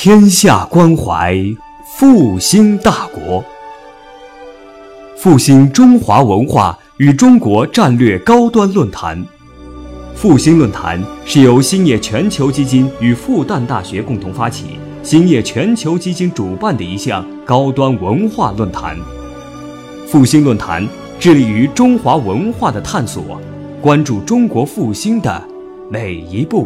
天下关怀复兴大国，复兴中华文化与中国战略高端论坛。复兴论坛是由兴业全球基金与复旦大学共同发起，兴业全球基金主办的一项高端文化论坛。复兴论坛致力于中华文化的探索，关注中国复兴的每一步。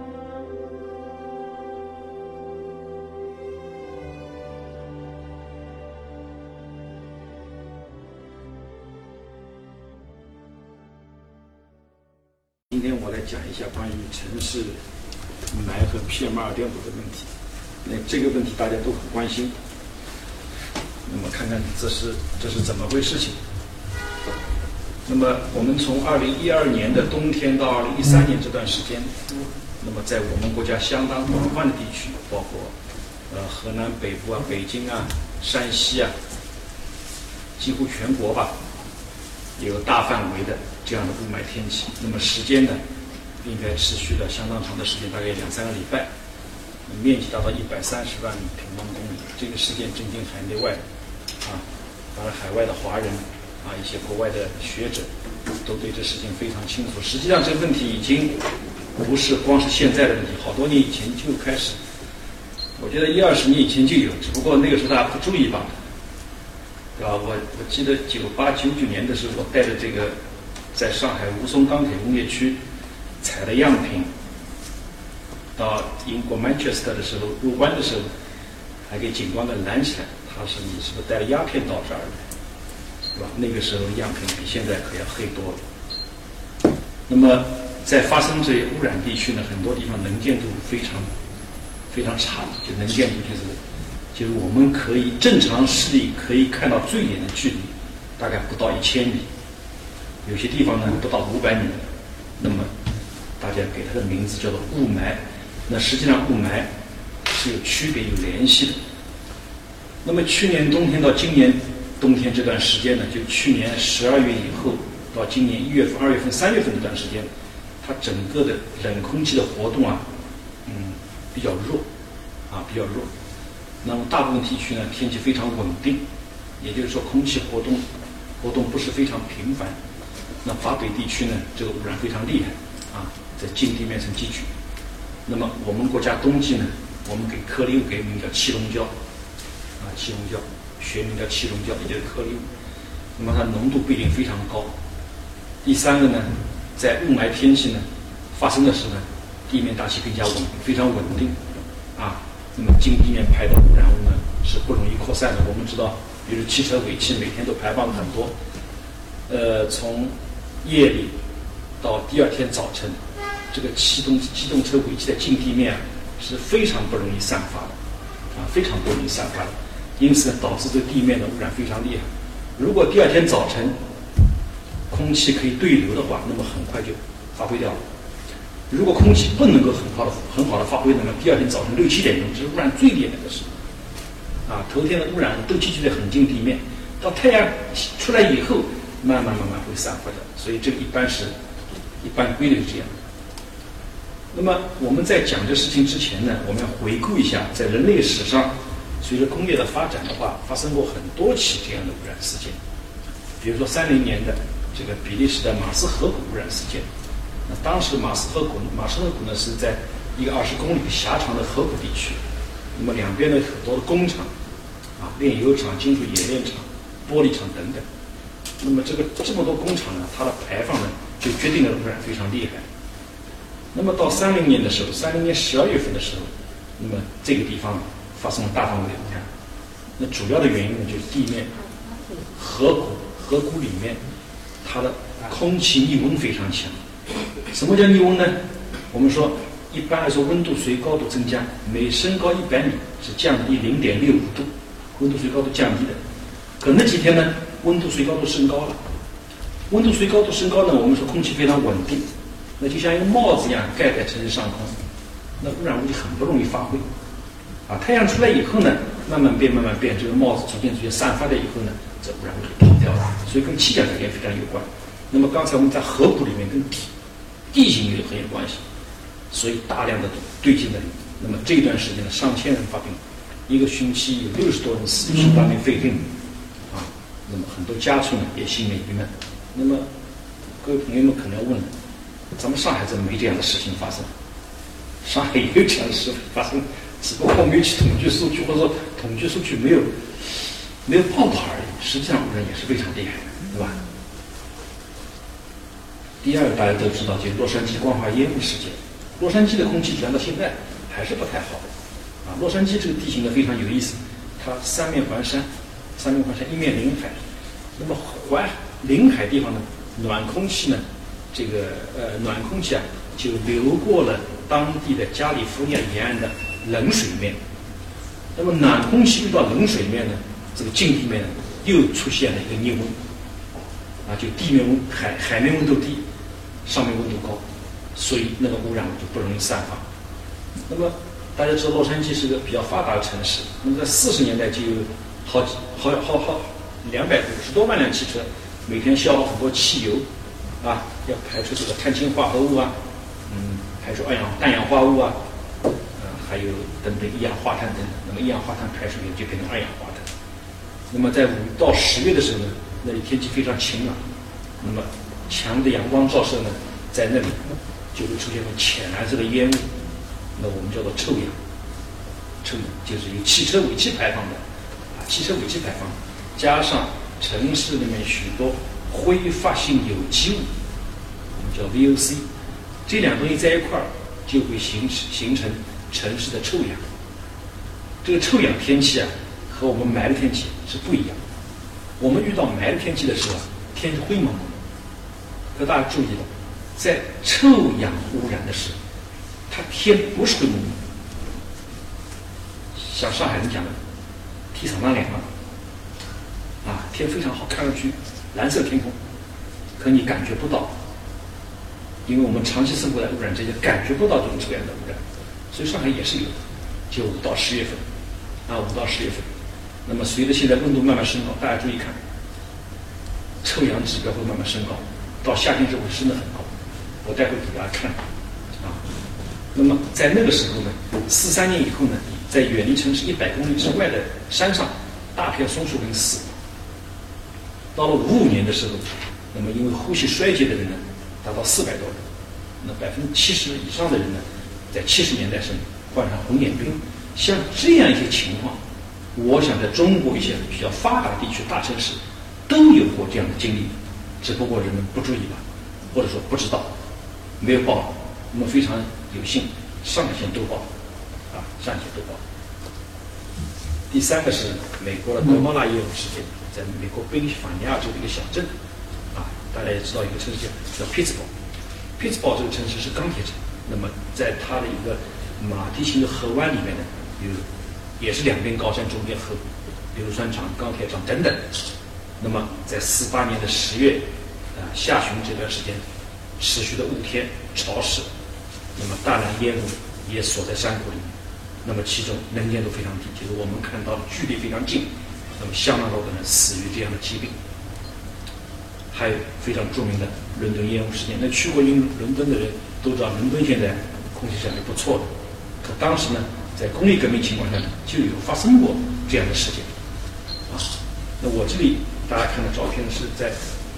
今天我来讲一下关于城市雾霾和 PM2.5的问题。那这个问题大家都很关心。那么看看这是怎么回事情。那么我们从2012年的冬天到2013年这段时间，那么在我们国家相当广泛的地区，包括河南北部啊、北京啊、山西啊，几乎全国吧，有大范围的这样的雾霾天气。那么时间呢，应该持续了相当长的时间，大概2-3个礼拜，面积达到130万平方公里。这个事件震惊海内外啊，当然海外的华人啊，一些国外的学者都对这事情非常清楚。实际上这个问题已经不是光是现在的问题，好多年以前就开始，我觉得10-20年以前就有，只不过那个时候大家不注意罢了。对吧？我记得98-99年的时候，我带着这个在上海吴淞钢铁工业区采的样品，到英国曼彻斯特的时候，入关的时候，还给警官给拦起来，他说你是不是带了鸦片到这儿来？对吧？那个时候的样品比现在可要黑多了。那么在发生这些污染地区呢，很多地方能见度非常差，就能见度就是我们可以正常视力可以看到最远的距离，大概不到1000米，有些地方呢不到500米。那么大家给它的名字叫做雾霾。那实际上雾霾是有区别、有联系的。那么去年冬天到今年冬天这段时间呢，就去年12月以后到今年1月份、2月份、3月份这段时间，它整个的冷空气的活动比较弱。那么大部分地区呢，天气非常稳定，也就是说空气活动不是非常频繁。那华北地区呢，这个污染非常厉害在近地面层积聚。那么我们国家冬季呢，我们给颗粒物给名叫气溶胶，气溶胶学名叫气溶胶，也就是颗粒物。那么它浓度不一定非常高。第三个呢，在雾霾天气呢发生的时候呢，地面大气更加非常稳定那么近地面排的污染物呢是不容易扩散的。我们知道，比如汽车尾气每天都排放了很多，从夜里到第二天早晨，这个机动车尾气的近地面是非常不容易散发的，非常不容易散发的。因此导致这地面的污染非常厉害。如果第二天早晨空气可以对流的话，那么很快就发挥掉了。如果空气不能够很好的发挥，那么第二天早晨6-7点钟是污染最厉害的时候。头天的污染都积聚在很近地面，到太阳出来以后，慢慢会散发掉。所以这个一般规律是这样。那么我们在讲这事情之前呢，我们要回顾一下，在人类史上，随着工业的发展的话，发生过很多起这样的污染事件。比如说30年的这个比利时的马斯河谷污染事件。那当时马斯河谷呢是在一个20公里狭长的河谷地区，那么两边呢很多的工厂炼油厂、金属冶炼厂、玻璃厂等等。那么这么多工厂呢，它的排放呢就决定了污染非常厉害。那么到30年的时候，30年12月份的时候，那么这个地方发生了大范围的污染。那主要的原因呢，就是地面河谷里面它的空气逆温非常强。什么叫逆温呢？我们说一般来说温度随高度增加，每升高100米是降低0.65度，温度随高度降低的。可那几天呢，温度随高度升高了。温度随高度升高呢，我们说空气非常稳定，那就像一个帽子一样盖在城市上空，那污染物就很不容易发挥。太阳出来以后呢，慢慢变，这个帽子逐渐散发了以后呢，这污染物就跑掉了。所以跟气象条件非常有关。那么刚才我们在河谷里面跟地形有很有关系，所以大量的堆积在那么这一段时间呢，上千人发病，一个星期有60多人死于新冠肺病，啊，那么很多家畜呢也性命郁闷。那么各位朋友们可能要问了，咱们上海怎么没这样的事情发生？上海也有这样的事发生，只不过没有去统计数据，或者说统计数据没有报道而已。实际上污染也是非常厉害的，对吧？第二个大家都知道，就是洛杉矶光化烟雾事件。洛杉矶的空气质量到现在还是不太好的，啊，洛杉矶这个地形呢非常有意思，它三面环山，一面临海。那么临海地方呢，暖空气呢，暖空气啊就流过了当地的加利福尼亚沿岸的冷水面。那么暖空气遇到冷水面呢，这个近地面呢又出现了一个逆温，啊，就地面温海面温度低，上面温度高，所以那个污染就不容易散发。那么大家知道洛杉矶是个比较发达的城市，那么在40年代就有好250多万辆汽车，每天消耗很多汽油，啊，要排出这个碳氢化合物啊，排出氮氧化物啊，还有等等一氧化碳等等。那么一氧化碳排出以后就变成2氧化碳。那么在5到10月的时候呢，那里天气非常晴朗，那么强的阳光照射呢，在那里就会出现浅蓝色的烟雾，那我们叫做臭氧。臭氧就是由汽车尾气排放的，汽车尾气排放加上城市里面许多挥发性有机物，我们叫 VOC， 这两东西在一块儿就会形成城市的臭氧。这个臭氧天气啊，和我们霾的天气是不一样。我们遇到霾的天气的时候啊，天是灰蒙蒙的。可大家注意了，在臭氧污染的时候，它天不是灰蒙蒙的，像上海人讲的“天上亮了”，啊，天非常好，看上去蓝色天空，可你感觉不到，因为我们长期生活在污染之间，感觉不到这种臭氧的污染。所以上海也是有的，就5到10月份，啊，5到10月份。那么随着现在温度慢慢升高，大家注意看，臭氧指标会慢慢升高，到夏天之后升得很高。我待会给大家看，啊，那么在那个时候呢，43年以后呢，在远离城市100公里之外的山上，大片松树林死了。到了55年的时候，那么因为呼吸衰竭的人呢，达到400多人，那70%以上的人呢，在70年代生患上红眼病。像这样一些情况，我想在中国一些比较发达地区大城市都有过这样的经历，只不过人们不注意吧，或者说不知道，没有报。我们非常有幸，上海县都报，啊，上海县都报。第三个是美国的德莫拉烟雾事件，在美国宾夕法尼亚州的一个小镇，啊，大家也知道一个城市叫匹兹堡。匹兹堡这个城市是钢铁城，那么在它的一个马蹄形的河湾里面呢，也是两边高山中间河，硫酸厂、钢铁厂等等。那么在48年的10月，下旬这段时间，持续的雾天潮湿，那么大量烟雾也锁在山谷里面。那么其中能见度非常低，就是我们看到的距离非常近，那么相当多的人死于这样的疾病。还有非常著名的伦敦烟雾事件，那去过伦敦的人都知道，伦敦现在空气质量是不错的。可当时呢，在工业革命情况下呢，就有发生过这样的事件，啊，那我这里大家看的照片是在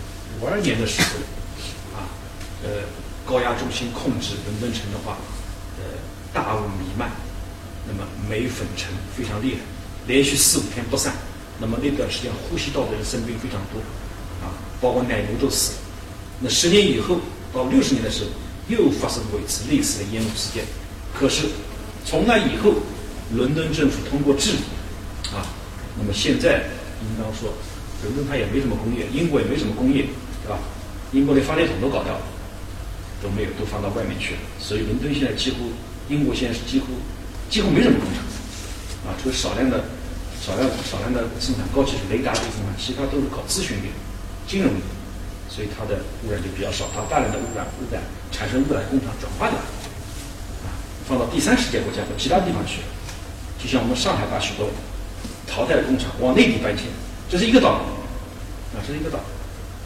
52年的时候，啊，高压中心控制伦敦城的话，大雾弥漫，那么镁粉尘非常厉害，连续4、5天不散，那么那段时间呼吸道的人生病非常多，啊，包括奶牛都死了。那10年以后，到60年的时候，又发生过一次类似的烟雾事件，可是从那以后，伦敦政府通过治理，啊，那么现在应当说，伦敦它也没什么工业，英国也没什么工业，对吧？英国连发电厂都搞掉了，都没有，都放到外面去了。所以伦敦现在英国现在是几乎没什么工厂，啊，除了少量的生产高技术雷达这一部分，其他都是搞咨询业、金融业，所以它的污染就比较少。它大量的污染产生污染工厂转化掉了。放到第三世界国家或其他地方去，就像我们上海把许多淘汰的工厂往内地搬迁，这是一个道理，啊，这是一个道理。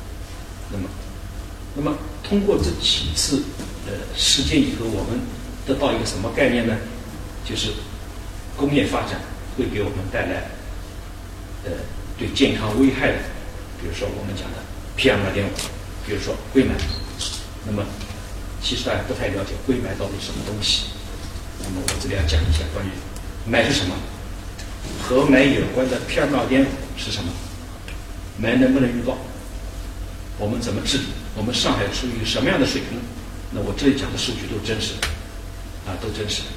那么通过这几次事件以后，我们得到一个什么概念呢？ 就是工业发展会给我们带来对健康危害的，比如说我们讲的 PM2.5，比如说灰霾。那么其实大家不太了解灰霾到底是什么东西。那么我这里要讲一下关于霾是什么，和霾有关的 PM2.5是什么，霾能不能预报，我们怎么治理，我们上海处于什么样的水平？那我这里讲的数据都真实的，都真实的。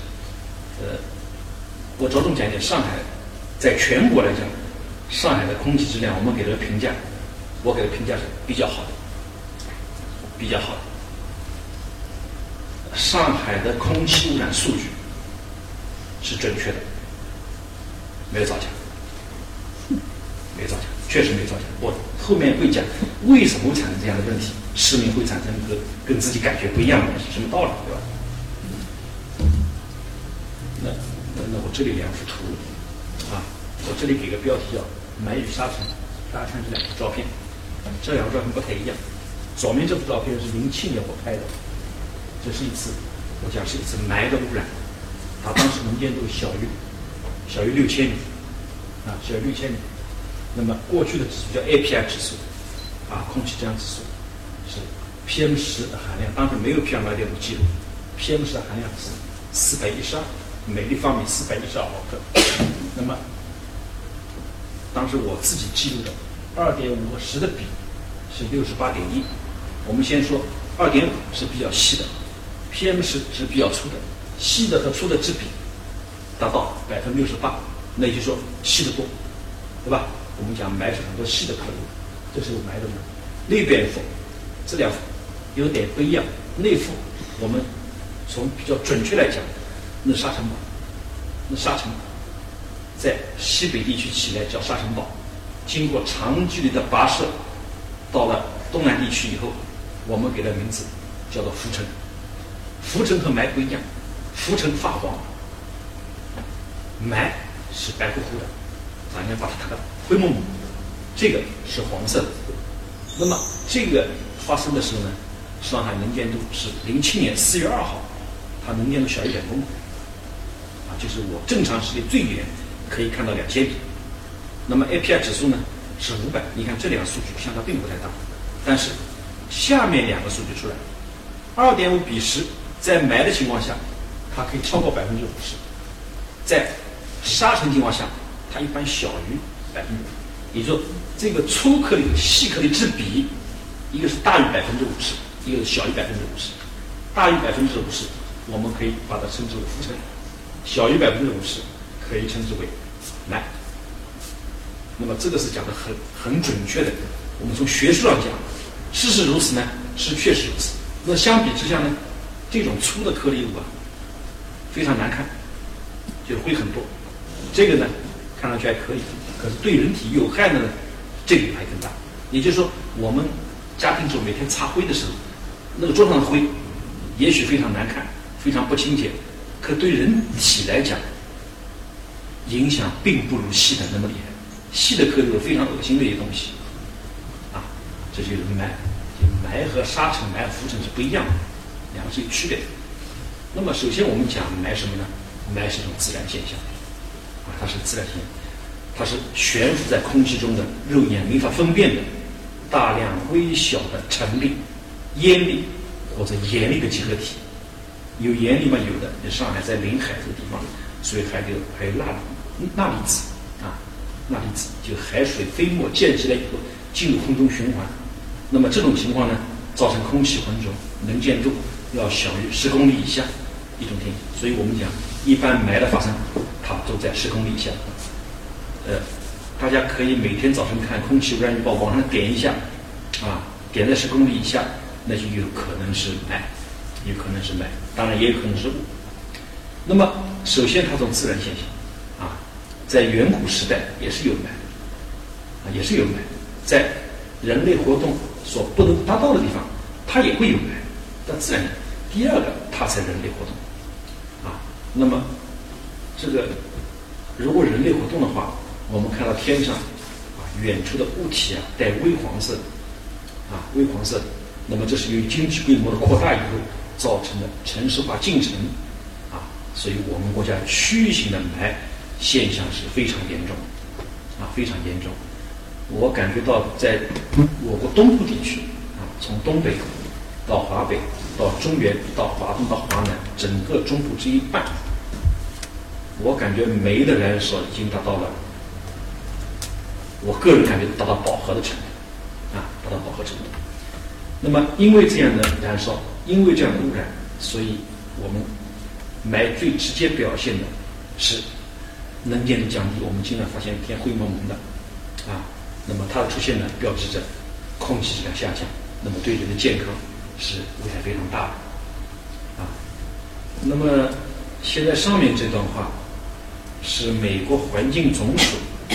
我着重讲一点，上海在全国来讲，上海的空气质量我们给的评价，我给的评价是比较好的，比较好的。上海的空气污染数据是准确的，没有造假，没有造假，确实没有造假。我后面会讲为什么会产生这样的问题，市民会产生一个跟自己感觉不一样的是什么道理，对吧？那我这里两幅图我这里给个标题叫霾与沙尘，大家看这两幅照片，这两幅照片不太一样。左面这幅照片是07年我拍的，这是一次我讲是一次霾的污染，它当时能见度小于6000米，小于6000米。那么过去的指数叫 API 指数，空气质量指数是 PM10的含量，当时没有 PM2.5记录 ，PM10的含量是412每立方米412毫克。那么当时我自己记录的2.5和10的比是68.1。我们先说2.5是比较细的，PM10是比较粗的，细的和粗的之比达到68%，那也就是说细的多，对吧？我们讲霾是很多细的颗粒，这是有霾的呢。内边幅这两幅有点不一样，内幅我们从比较准确来讲，那沙尘暴，那沙尘在西北地区起来叫沙尘暴，经过长距离的跋涉，到了东南地区以后，我们给它名字叫做浮尘。浮尘和霾不一样，浮尘发黄，霾是白乎乎的，咱先把它看到灰蒙蒙，这个是黄色的。那么这个发生的时候呢，上海能见度是07年4月2号，它能见度小100公里，就是我正常时期最远可以看到2000米。那么 API 指数呢是500，你看这两个数据相差并不太大，但是下面两个数据出来，2.5比10，在霾的情况下，它可以超过50%，在沙尘情况下，它一般小于5%，也就是说这个粗颗粒和细颗粒之比，一个是大于50%，一个是小于50%。大于50%，我们可以把它称之为浮尘；小于50%，可以称之为霾。那么这个是讲的很准确的。我们从学术上讲，事实如此呢，是确实如此。那相比之下呢，这种粗的颗粒物非常难看，就是灰很多。这个呢，看上去还可以，可是对人体有害的呢，这个还更大。也就是说，我们家庭主每天擦灰的时候，那个桌上的灰也许非常难看，非常不清洁，可对人体来讲，影响并不如细的那么厉害。细的颗粒非常恶心的一些东西，这就是霾。霾和沙尘、霾和浮尘是不一样的，两个是有区别的。那么首先我们讲霾什么呢？霾是一种自然现象，它是自然现象，它是悬浮在空气中的肉眼没法分辨的大量微小的尘粒、烟粒或者盐粒的集合体。有盐粒吗？有的。上海在临海这个地方，所以还有钠离子钠离子就海水飞沫溅起来以后进入空中循环。那么这种情况呢，造成空气浑浊，能见度要小于10公里以下一种天气。所以我们讲，一般霾的发生，它都在10公里以下。大家可以每天早晨看空气污染预报，往上点一下，点在10公里以下，那就有可能是霾，有可能是霾，当然也有可能是雾。那么首先它这种自然现象在远古时代也是有霾，也是有霾，在人类活动所不能达到的地方，它也会有霾，但自然。第二个，它才人类活动那么这个如果人类活动的话，我们看到天上远处的物体带微黄色微黄色的，那么这是由于经济规模的扩大以后造成的城市化进程所以我们国家区域性的霾现象是非常严重，非常严重。我感觉到在我国东部地区从东北到华北到中原到华东到华南，整个中部这一半，我感觉煤的燃烧已经达到了，我个人感觉达到饱和的程度，达到饱和程度。那么因为这样的燃烧，因为这样的污染，所以我们霾最直接表现的是能见度降低。我们经常发现天灰蒙蒙的，那么它的出现呢，标志着空气质量下降，那么对人的健康是危害非常大的，那么现在上面这段话是美国环境总署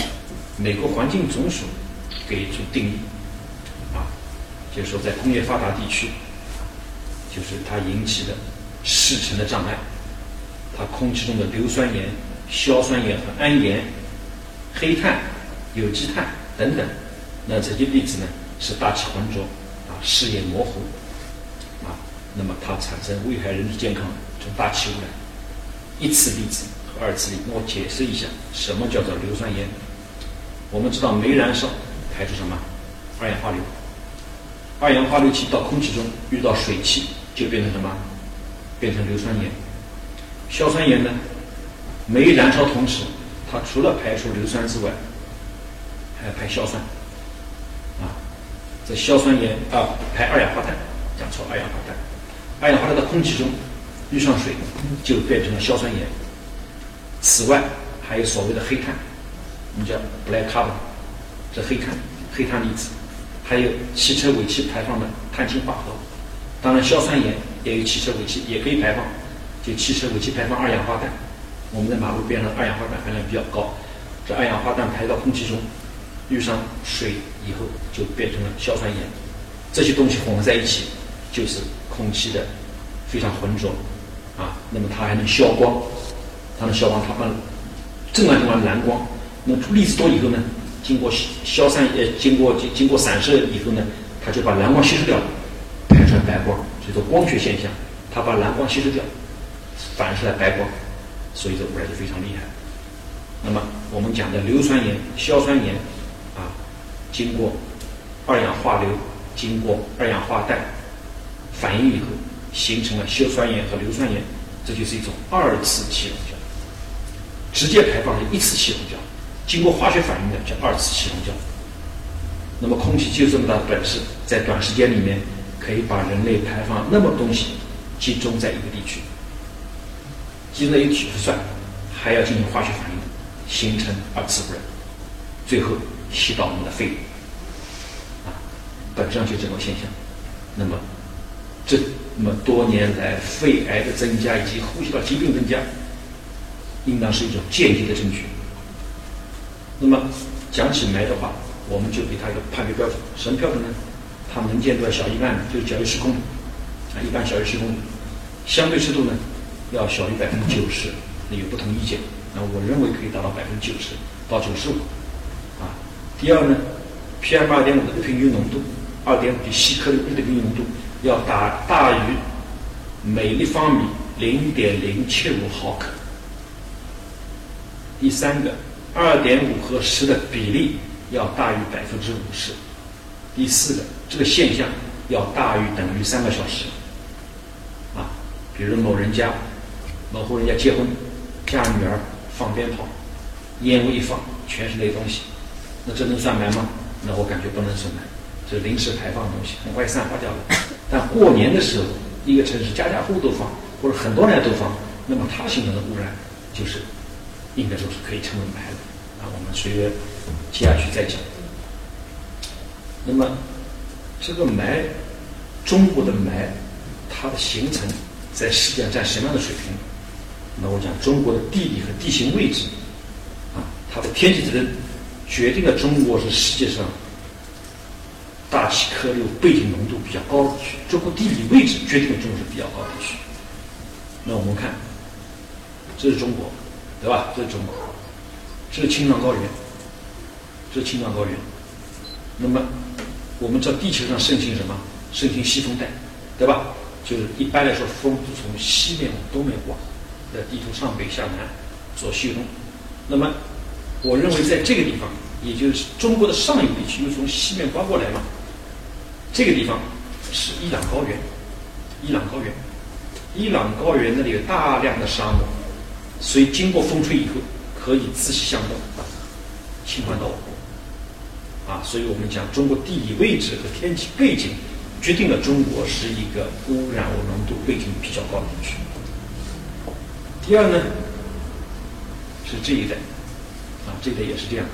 给出定义，就是说在工业发达地区，就是它引起的视尘的障碍，它空气中的硫酸盐、硝酸盐和氨盐、黑碳、有机碳等等，那这些粒子呢是大气浑浊，视野模糊，那么它产生危害人体健康这种大气污染。一次粒子和二次粒子，我解释一下什么叫做硫酸盐。我们知道煤燃烧排出什么？二氧化硫。二氧化硫气到空气中遇到水汽就变成什么？变成硫酸盐。硝酸盐呢？煤燃烧同时，它除了排出硫酸之外，还要排硝酸。这硝酸盐排二氧化碳，讲错，二氧化碳。二氧化碳到空气中遇上水就变成了硝酸盐。此外还有所谓的黑碳，我们叫 black carbon， 这黑碳粒子，还有汽车尾气排放的碳氢化合物。当然硝酸盐也有汽车尾气也可以排放，就汽车尾气排放二氧化氮。我们在马路边上二氧化氮含量比较高，这二氧化氮排到空气中遇上水以后就变成了硝酸盐。这些东西混合在一起就是空气的非常浑浊，那么它还能消光，它把正常情况蓝光，那粒子多以后呢，经过经过散射以后呢，它就把蓝光吸收掉了，排出来白光，所以说光学现象，它把蓝光吸收掉，反射来白光，所以这污染就非常厉害。那么我们讲的硫酸盐、硝酸盐经过二氧化硫、经过二氧化氮反应以后，形成了硝酸盐和硫酸盐，这就是一种二次气溶胶。直接排放是一次气溶胶，经过化学反应的叫二次气溶胶。那么空气就这么大的本事，在短时间里面可以把人类排放那么多东西集中在一个地区，集中在一个地区不算，还要进行化学反应，形成二次污染，最后吸到我们的肺里，本质上就这种现象。那么这么多年来肺癌的增加以及呼吸道疾病增加，应当是一种间接的证据。那么讲起霾的话，我们就给它一个判别标准，什么标准呢？它能见度要小1万米，就是小于10公里，一般小于10公里。相对湿度呢要小于90%，那有不同意见。那我认为可以达到90%到95%。第二呢 ，PM2.5 的平均浓度，2.5级细颗粒物质的平均浓度要大于每立方米0.075毫克。第三个，2.5和10的比例要大于50%。第四个，这个现象要大于等于3个小时。比如某户人家结婚，家女儿放鞭炮，烟雾一放，全是那东西，那这能算霾吗？那我感觉不能算霾，这是临时排放的东西，很快散发掉了。但过年的时候，一个城市家家户都放，或者很多人都放，那么它形成的污染就是应该说是可以称为霾的。我们随着接下去再讲。那么这个霾，中国的霾，它的形成在世界上占什么样的水平？那我讲中国的地理和地形位置，它的天气特征决定了中国是世界上大气颗粒背景浓度比较高的地区。中国地理位置决定了中国是比较高的地区。那我们看，这是中国，对吧？这是中国，这是青藏高原，这是青藏高原。那么我们知道地球上盛行什么？盛行西风带，对吧？就是一般来说，风是从西面往东面刮， 的地图上北下南左西右东。那么，我认为在这个地方，也就是中国的上游地区，又从西面刮过来嘛，这个地方是伊朗高原。伊朗高原那里有大量的沙漠，所以经过风吹以后，可以自西向东侵犯到我国。所以我们讲中国地理位置和天气背景，决定了中国是一个污染物浓度背景比较高的地区。第二呢，是这一带，这一带也是这样。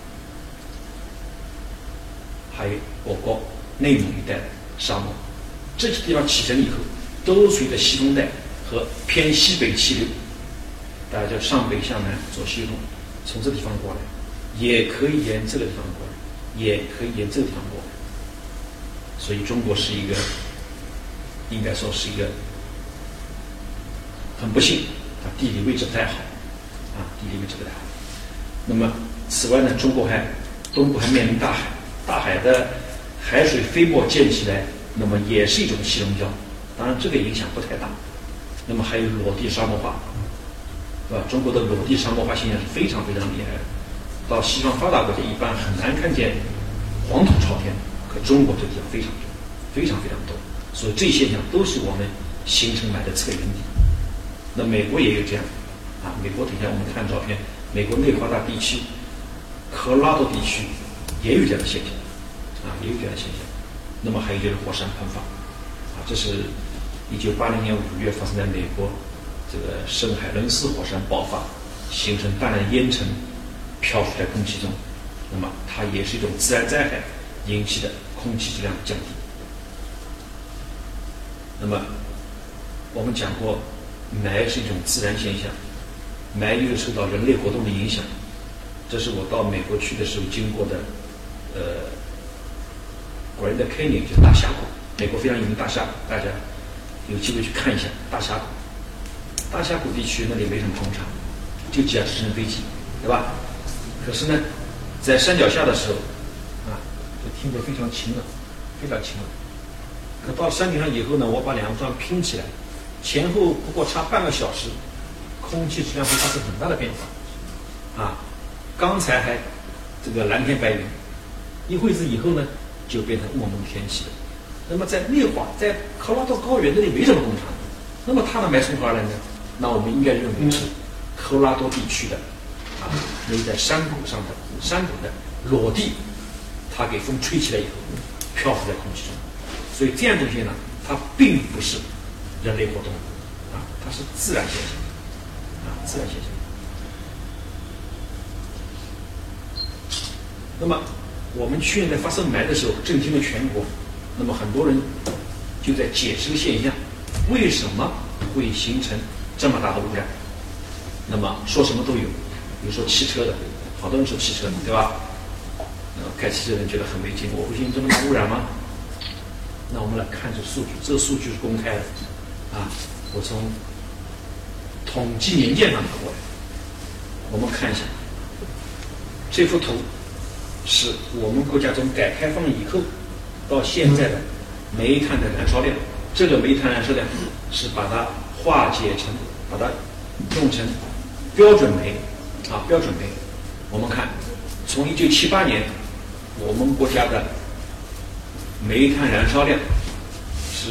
还有我国内蒙一带的沙漠，这些地方起程以后，都随着西风带和偏西北气流，大家就上北向南左西右东，从这地方过来，也可以沿这个地方过来，也可以沿这个地方过来。所以中国是一个，应该说是一个很不幸，地理位置不太好，地理位置不太好。那么此外呢，中国东部还面临大海，大海的海水飞沫溅起来，那么也是一种气溶胶，当然这个影响不太大。那么还有裸地沙漠化，对吧？中国的裸地沙漠化现象是非常非常厉害的，到西方发达国家一般很难看见黄土朝天，可中国这地方非常多，非常非常多。所以这些现象都是我们形成霾的策源地。那美国也有这样，美国等一下我们看照片，美国内华达地区、科罗拉多地区也有这样的现象，也有这样的现象。那么还有就是火山喷发，这是1980年5月发生在美国这个圣海伦斯火山爆发，形成大量烟尘漂浮在空气中，那么它也是一种自然灾害引起的空气质量降低。那么我们讲过，霾是一种自然现象，霾又受到人类活动的影响。这是我到美国去的时候经过的Grand Canyon， 就是大峡谷，美国非常有名大峡谷，大家有机会去看一下大峡谷。大峡谷地区那里没什么工厂，就几架直升飞机，对吧？可是呢，在山脚下的时候，就听着非常晴朗，非常晴朗。可到山顶上以后呢，我把两个桩拼起来，前后不过差半个小时，空气质量会发生很大的变化。刚才还这个蓝天白云，一会子以后呢，就变成雾蒙蒙天气了。那么在内华，在科罗拉多高原那里没什么工厂，那么它的霾从何而来呢？那我们应该认为是科罗拉多地区的那在山谷的裸地，它给风吹起来以后漂浮在空气中。所以这样东西呢，它并不是人类活动它是自然现象自然现象。那么我们去年在发生霾的时候，震惊了全国。那么很多人就在解释个现象，为什么会形成这么大的污染？那么说什么都有，比如说汽车的，好多人说汽车的，对吧？开汽车的人觉得很没劲，我会形成这么大污染吗？那我们来看这数据，这个数据是公开的我从统计年鉴上拿过来，我们看一下这幅图。是我们国家从改革开放以后到现在的煤炭的燃烧量，这个煤炭燃烧量是把它化解成，把它用成标准煤标准煤。我们看，从1978年，我们国家的煤炭燃烧量是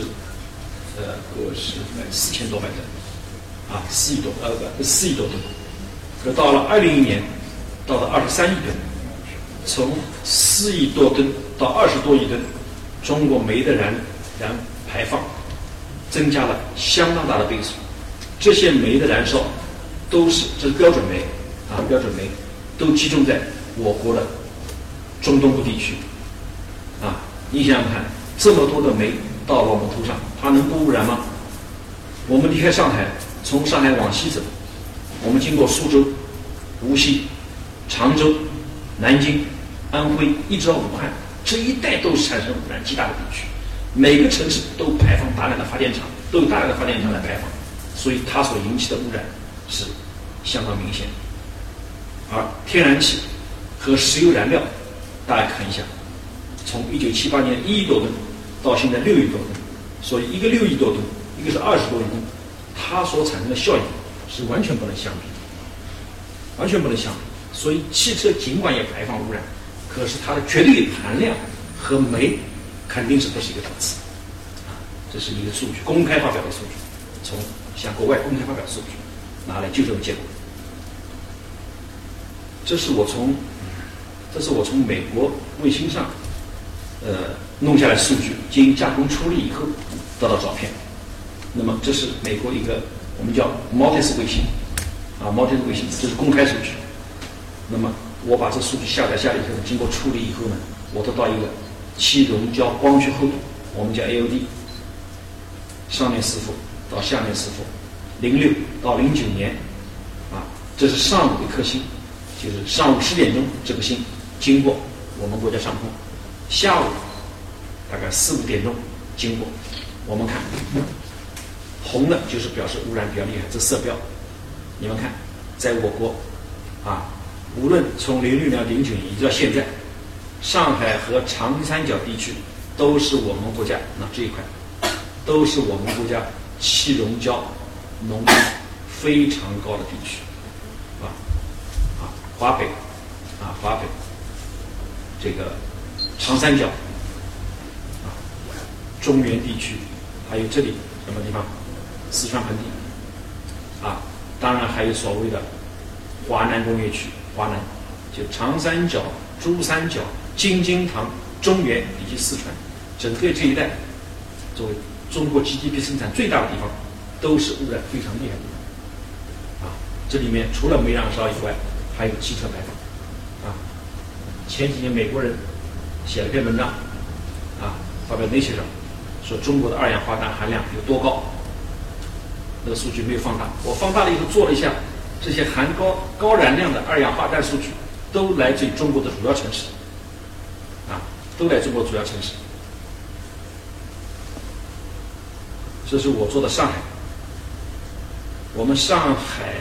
4000多万吨，4亿多吨，可到了2001年，到了23亿吨。从4亿多吨到20多亿吨，中国煤的燃排放增加了相当大的倍数。这些煤的燃烧这是标准煤标准煤都集中在我国的中东部地区你想想看，这么多的煤到了我们头上，它能不污染吗？我们离开上海，从上海往西走，我们经过苏州、无锡、常州、南京、安徽一直到武汉，这一带都是产生污染极大的地区，每个城市都排放大量的发电厂，都有大量的发电厂来排放，所以它所引起的污染是相当明显。而天然气和石油燃料，大家看一下，从1978年1亿多吨到现在6亿多吨，所以一个6亿多吨，一个是20多亿吨，它所产生的效应是完全不能相比，完全不能相比。所以汽车尽管也排放污染，可是它的绝对含量和煤肯定是不是一个档次啊。这是一个数据，公开发表的数据，从向国外公开发表的数据拿来就这个结果。这是我从美国卫星上弄下来数据，经加工处理以后得到照片。那么这是美国一个我们叫 Motes 卫星啊 ，Motes 卫星，这是公开数据。那么我把这数据下载下来以后，经过处理以后呢，我得到一个气溶胶光学厚度，我们叫 ALD， 上面是负到下面是负，06到09年啊，这是上午一颗星，就是上午10点钟这个星经过我们国家上空，下午大概4、5点钟经过。我们看红的就是表示污染比较厉害，这色标你们看，在我国啊，无论从06年、09年一直到现在，上海和长三角地区都是我们国家这一块都是我们国家气溶胶浓度非常高的地区华北这个长三角中原地区，还有这里什么地方？四川盆地当然还有所谓的华南工业区，华南就长三角、珠三角、京津唐、中原以及四川，整个这一带作为中国 GDP 生产最大的地方，都是污染非常厉害的地方这里面除了煤燃烧以外，还有汽车排放前几年美国人写了篇文章发表 Nature 上，说中国的二氧化碳含量有多高，那个数据没有放大，我放大了以后做了一下，这些含高燃量的二氧化碳数据都来自于中国的主要城市都来自中国主要城市。这是我做的上海，我们上海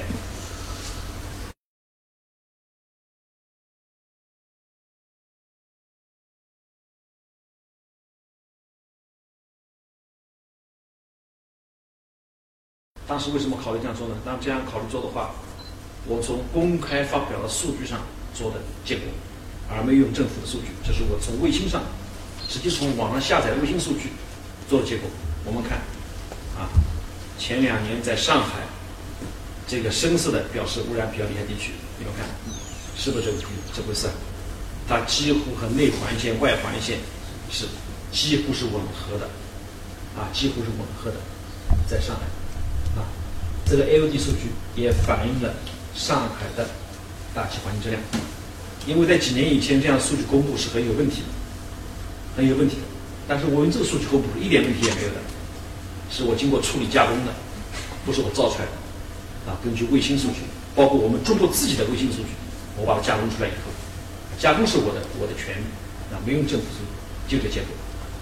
当时为什么考虑这样做呢？当这样考虑做的话，我从公开发表的数据上做的结果，而没有用政府的数据。这是我从卫星上，直接从网上下载卫星数据做的结果。我们看前2年在上海这个深色的表示污染比较厉害地区，你们看是不是这回事它几乎和内环线、外环线是几乎是吻合的几乎是吻合的，在上海。这个 AOD 数据也反映了上海的大气环境质量，因为在几年以前这样的数据公布是很有问题的，但是我用这个数据公布一点问题也没有的，是我经过处理加工的，不是我造出来的根据卫星数据，包括我们中国自己的卫星数据，我把它加工出来以后，加工是我的权利没用政府数据，就这结果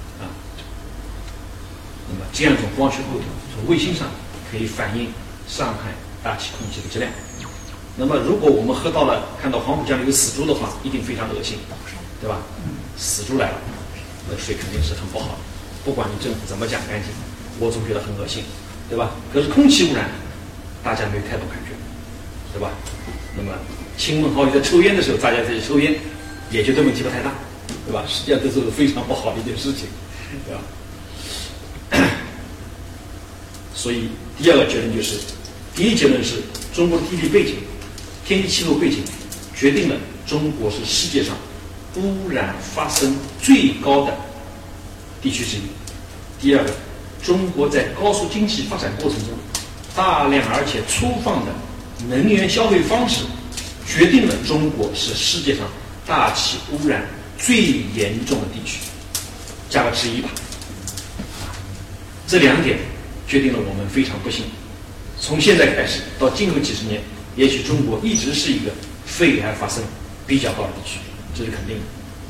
那么这样一种光学厚度从卫星上可以反映上海大气空气的质量。那么如果我们看到黄浦江里有死猪的话，一定非常恶心，对吧？死猪来了，那水肯定是很不好的，不管你政府怎么讲干净，我总觉得很恶心，对吧？可是空气污染大家没有太多感觉，对吧？那么亲朋好友在抽烟的时候，大家在抽烟也觉得问题不太大，对吧？实际上这是非常不好的一件事情，对吧？所以第二个结论就是，第一结论是中国的地理背景、天气气候背景决定了中国是世界上污染发生最高的地区之一。第二个，中国在高速经济发展过程中，大量而且粗放的能源消费方式，决定了中国是世界上大气污染最严重的地区，加个之一吧。这2点决定了我们非常不幸，从现在开始到今后几十年，也许中国一直是一个肺癌发生比较高的地区，这是肯定的。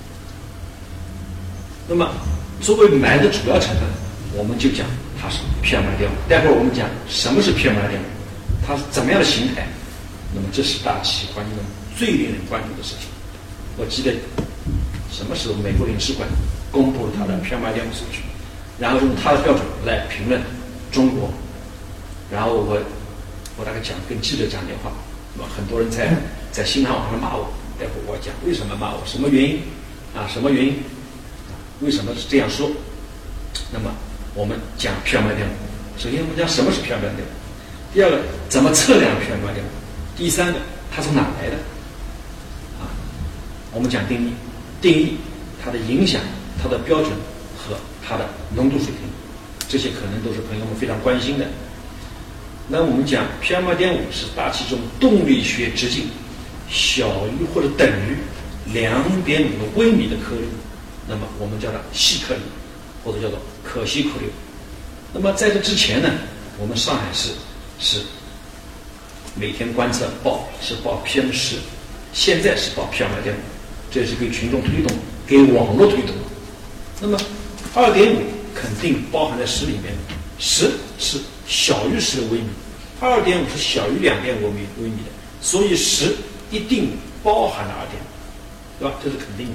那么作为霾的主要成分，我们就讲它是 PM2.5。待会儿我们讲什么是 PM2.5，它是怎么样的形态。那么这是大气环境中最令人关注的事情。我记得什么时候美国领事馆公布了它的 PM2.5数据，然后用它的标准来评论中国，然后我我大概跟记者讲点话，那么很多人在新浪网上骂我，待会我讲为什么骂我，什么原因啊？什么原因？为什么是这样说？那么我们讲 PM2.5，首先我们讲什么是 PM2.5，第二个怎么测量 PM2.5，第三个它从哪来的？啊，我们讲定义它的影响、它的标准和它的浓度水平，这些可能都是朋友们非常关心的。那我们讲 PM2.5是大气中动力学直径小于或者等于2.5个微米的颗粒，那么我们叫它细颗粒，或者叫做可稀颗粒。那么在这之前呢，我们上海市是每天观测是报 PM10，现在是报 PM2.5，这是给群众推动，给网络推动。那么2.5肯定包含在10里面，10是小于10微米，2.5是小于2.5微米的，所以10一定包含了2.5，对吧？这是肯定的。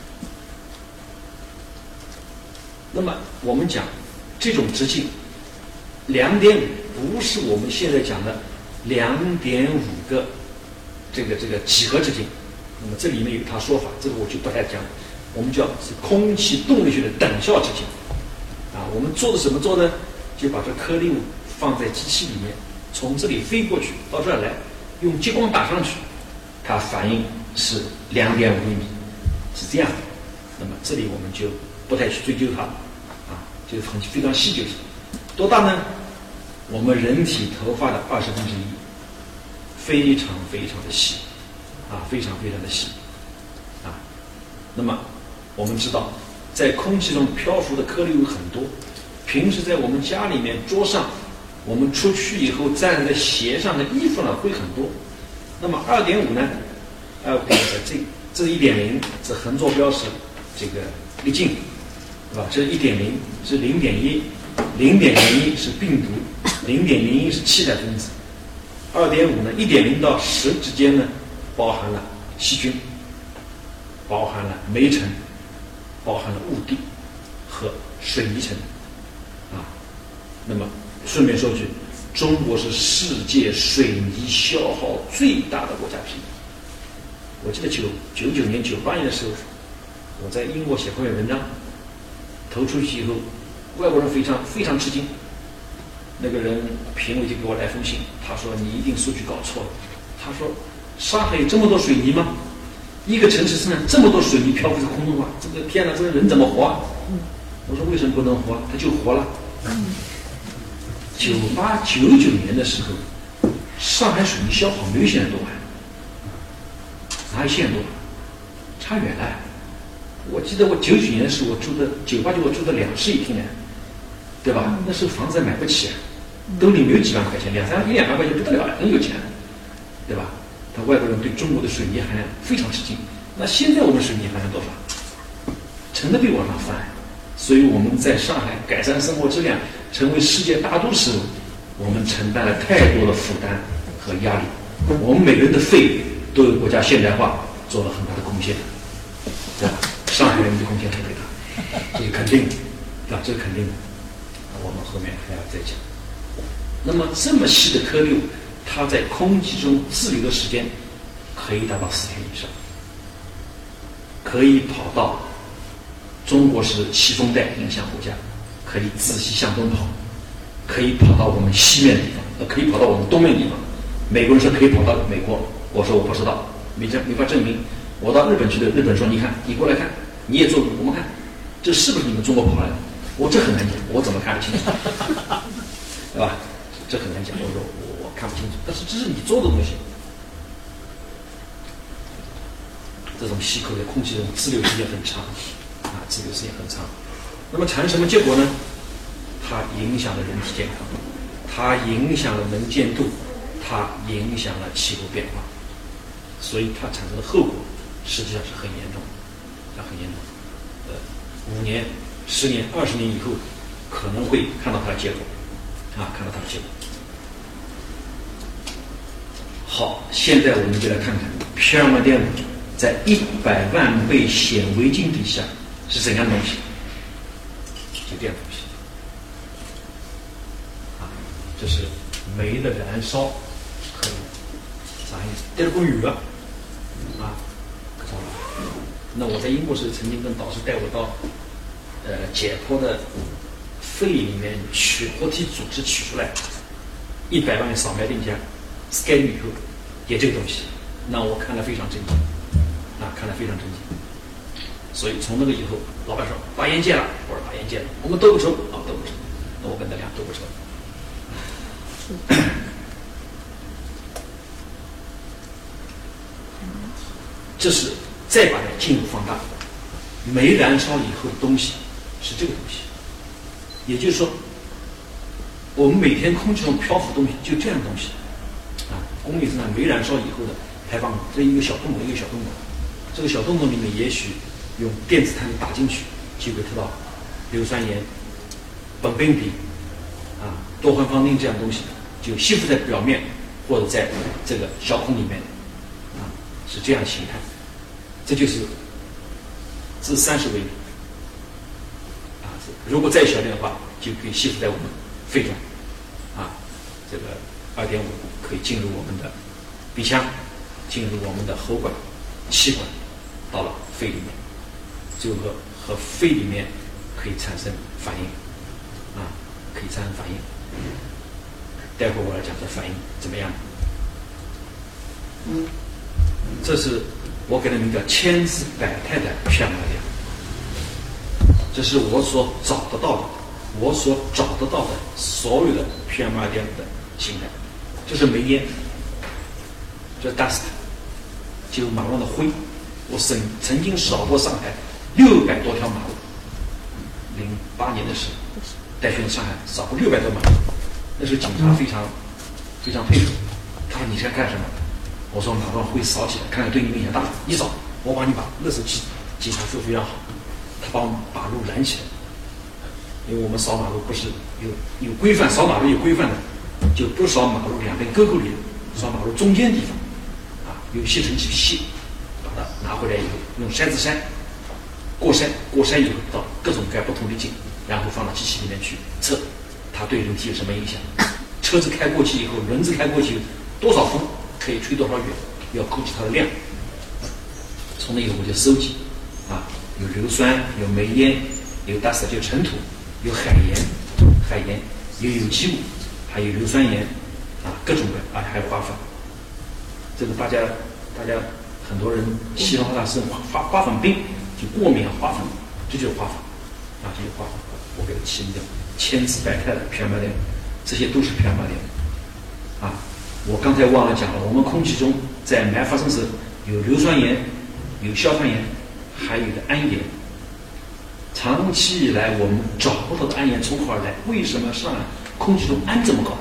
那么我们讲这种直径2.5不是我们现在讲的2.5个这个几何直径，那么这里面有它说法，这个我就不太讲。我们叫是空气动力学的等效直径啊。我们做的怎么做呢？就把这颗粒物放在机器里面，从这里飞过去到这儿来，用激光打上去，它反应是2.5微米，是这样的。那么这里我们就不太去追究它啊，就是非常细就行。多大呢？我们人体头发的1/20，非常非常的细啊，非常非常的细啊。那么我们知道，在空气中漂浮的颗粒物很多，平时在我们家里面桌上，我们出去以后站在鞋上的衣服呢会很多。那么2.5呢这是1.0，这横坐标是这个粒径，对吧？这是1.0，是0.1，0.01是病毒，0.01是气态分子。2.5呢，1.0到10之间呢，包含了细菌，包含了煤尘，包含了雾地和水泥层啊。那么顺便说句，中国是世界水泥消耗最大的国家之一。我记得99年、98年的时候，我在英国写过篇文章，投出去以后，外国人非常吃惊。那个人评委就给我来封信，他说你一定数据搞错了。他说上海有这么多水泥吗？一个城市上这么多水泥漂浮在空中啊，这个天哪，这个人怎么活啊？我说为什么不能活？他就活了。98、99年的时候，上海水泥消耗没有现在多啊，哪有现在多？差远了。我记得我99年的时候，我住的98我住的2室1厅呢，对吧？那时候房子还买不起啊，兜里没有几万块钱，1-2万块钱不得了了，很有钱，对吧？他外国人对中国的水泥含量非常吃惊。那现在我们水泥含量多少？成了倍往上翻。所以我们在上海改善生活质量，成为世界大都市，我们承担了太多的负担和压力。我们每个人的肺都有国家现代化做了很大的贡献，对吧？上海人的贡献特别大，这是肯定的，对吧？这是肯定的。我们后面还要再讲。那么这么细的颗粒物，它在空气中滞留的时间可以达到4天以上，可以跑到中国是西风带影响国家，可以自西向东跑，可以跑到我们西面的地方，可以跑到我们东面的地方。美国人说可以跑到美国，我说我不知道，没法证明。我到日本去的，日本说你看，你过来看，你也做，我们看，这是不是你们中国跑来的？我这很难讲，我怎么看得清楚？对吧？这很难讲，我说我看不清楚，但是这是你做的东西。这种细颗的空气中滞留时间很长啊，滞留时间很长。那么产生什么结果呢？它影响了人体健康，它影响了能见度，它影响了气候变化，所以它产生的后果实际上是很严重的，很严重。5年、10年、20年以后，可能会看到它的结果，看到它的结果。好，现在我们就来看看 PM2.5在100万倍显微镜底下是怎样的东西，就这样东西。这是煤的燃烧逮了滚鱼啊，糟了。那我在英国时曾经跟导师带我到解剖的肺里面取活体组织取出来100万扫描定下 scan 以后，也这个东西，那我看了非常震惊，看了非常震惊。所以从那个以后，老板说把烟戒了，我说把烟戒了，我们斗不抽啊，斗不抽，那我跟他俩斗不抽。这是再把它进一步放大，煤燃烧以后的东西是这个东西，也就是说，我们每天空气中漂浮的东西就这样的东西，工业生产煤燃烧以后的排放，这一个小洞口，一个小洞口，这个小洞口里面也许用电子探打进去，就会得到硫酸盐、苯并芘多环芳烃这样东西，就吸附在表面或者在这个小孔里面，是这样的形态。这就是自30微米如果再小点的话，就可以吸附在我们肺中这个2.5可以进入我们的鼻腔，进入我们的喉管、气管，到了肺里面，最后和肺里面可以产生反应可以产生反应。待会儿我来讲这反应怎么样。这是我给它名叫千姿百态的PM2.5，这是我所找得到的所有的PM2.5的形态。这是煤烟，这是 dust， 就马路上的灰。我曾经扫过上海600多条马路，08年的时候带学生上海扫过600多马路，那时候警察非常非常配合。他说你在干什么？我说马路上灰扫起来，看看对你影响大，你扫，我帮你把。那时候警察说非常好，他帮我们把路拦起来。因为我们扫马路不是有规范，扫马路有规范的，就不扫马路两边沟沟里，扫马路中间地方有吸尘器吸，把它拿回来以后用筛子筛，过筛以后到各种各样不同的井，然后放到机器里面去测它对人体有什么影响。车子开过去以后，轮子开过去多少风可以吹多少远，要估计它的量。从那以后我就收集有硫酸，有煤烟，有 dust 就尘土，有海盐，有有机物，还有硫酸盐各种的还有花粉。这个大家很多人西方大是花粉病，就过敏花粉，这就是花粉这就是花粉。我给它起名叫千姿百态的PM2.5，这些都是PM2.5我刚才忘了讲了，我们空气中在霾发生时有硫酸盐，有硝酸盐，还有的氨盐。长期以来我们找不到的氨盐从何而来？为什么上海空气中氨这么高？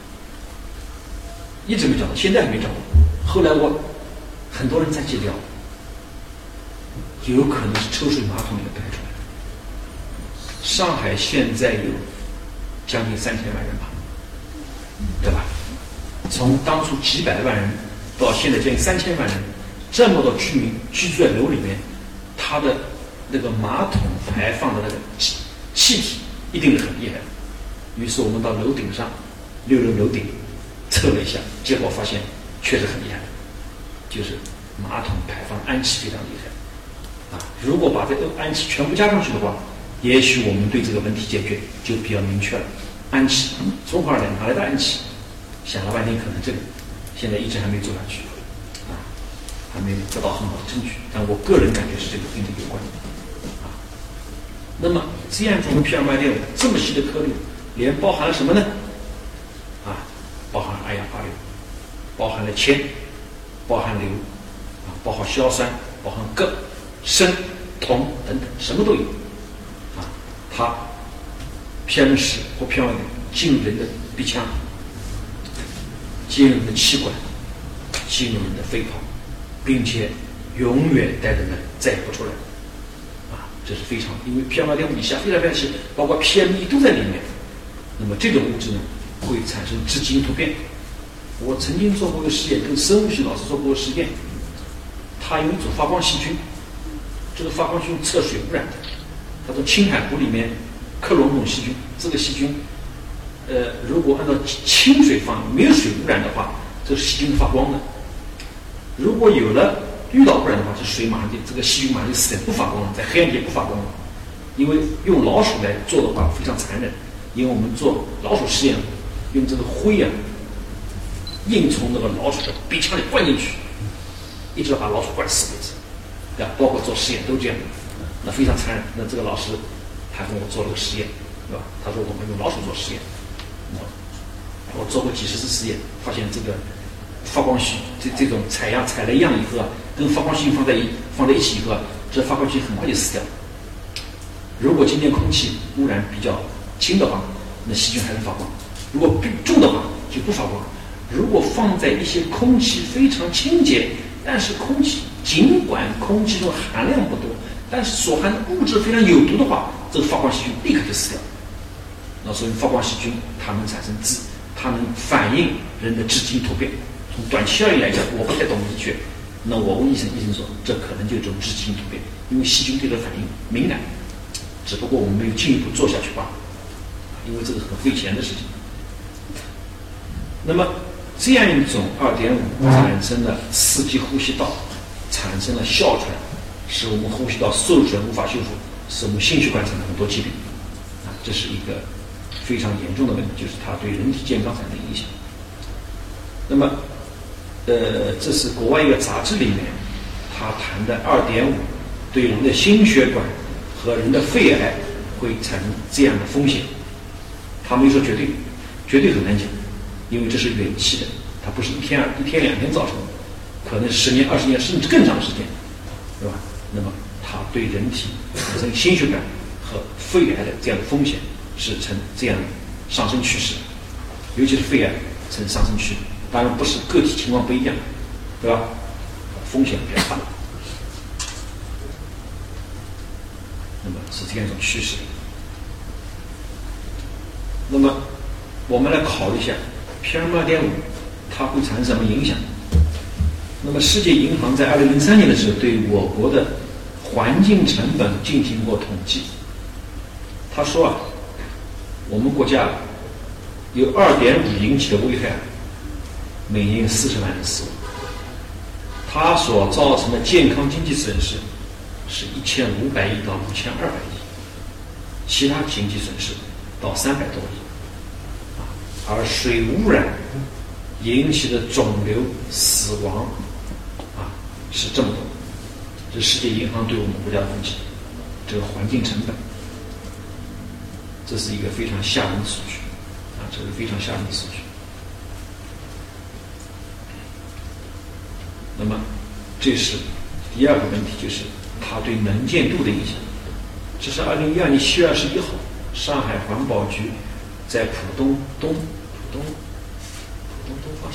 一直没找到，现在还没找到。后来很多人在计聊，有可能是抽水马桶里面排出来的。上海现在有将近3000万人吧，对吧？从当初几百万人到现在将近3000万人，这么多居民居住在楼里面，他的那个马桶排放的那个气体一定是很厉害的。于是我们到楼顶上，6楼楼顶测了一下，结果发现确实很厉害，就是马桶排放氨气非常厉害如果把这个氨气全部加上去的话，也许我们对这个问题解决就比较明确了。氨气从何而来？哪来的氨气？想了半天，可能这个现在一直还没做下去还没得到很好的证据。但我个人感觉是这个跟这个有关那么这样一种PM2.5这么细的颗粒，连包含了什么呢？包含二氧化硫，包含了铅，包含硫包含硝酸，包含铬、砷、铜等等，什么都有它PM10或PM2.5进入人的鼻腔，进入人的气管，进入人的肺泡，并且永远带着人再也不出来这是非常，因为PM2.5以下非常非常细，包括 PM1都在里面。那么这种物质呢，会产生致基因突变。我曾经做过一个实验，跟生物系老师做过实验，他用一种发光细菌，这个发光细菌测水污染的，他从青海湖里面克隆这种细菌，这个细菌如果按照清水放，没有水污染的话，这个细菌发光的如果遇到污染的话，这水马上就这个细菌马上就死掉，不发光了，在黑暗界不发光了。因为用老鼠来做的话非常残忍，因为我们做老鼠实验，用这个灰硬从那个老鼠的鼻腔里灌进去，一直把老鼠灌死为止，对吧？包括做实验都这样的，那非常残忍。那这个老师他跟我做了个实验，对吧？他说我们用老鼠做实验，我做过几十次实验，发现这个发光细这种采了样以后跟发光细菌放在一起以后这发光细菌很快就死掉。如果今天空气污染比较轻的话，那细菌还能发光；如果重的话，就不发光。如果放在一些空气非常清洁，但是尽管空气中含量不多，但是所含的物质非常有毒的话，这个发光细菌立刻就死掉。那所以发光细菌它能产生它能反映人的致基因突变。从短期而言来讲，我不太懂医学，那我问医生说这可能就是一种致基因突变，因为细菌对这个反应敏感，只不过我们没有进一步做下去罢了，因为这个很费钱的事情。那么这样一种2.5产生了刺激呼吸道，产生了哮喘，使我们呼吸道受损无法修复，使我们心血管产生很多疾病这是一个非常严重的问题，就是它对人体健康产生影响。那么这是国外一个杂志里面他谈的2.5对人的心血管和人的肺癌会产生这样的风险。他没说绝对很难讲，因为这是远期的，它不是一天2天造成的，可能10年20年甚至更长时间，对吧？那么它对人体产生心血管和肺癌的这样的风险是呈这样的上升趋势，尤其是肺癌呈上升趋势。当然不是个体情况不一样，对吧？风险比较大，那么是这样一种趋势。那么我们来考虑一下 PM2.5 它会产生什么影响。那么世界银行在2003年的时候对我国的环境成本进行过统计，他说我们国家有2.5引起的危害每年有40万人死亡，它所造成的健康经济损失是1500亿到5200亿，其他经济损失到300多亿，而水污染引起的肿瘤死亡是这么多。这是世界银行对我们国家的统计，这个环境成本，这是一个非常吓人的数据这是非常吓人的数据。那么这是第二个问题，就是它对能见度的影响。这是2012年7月21号上海环保局在浦东东方市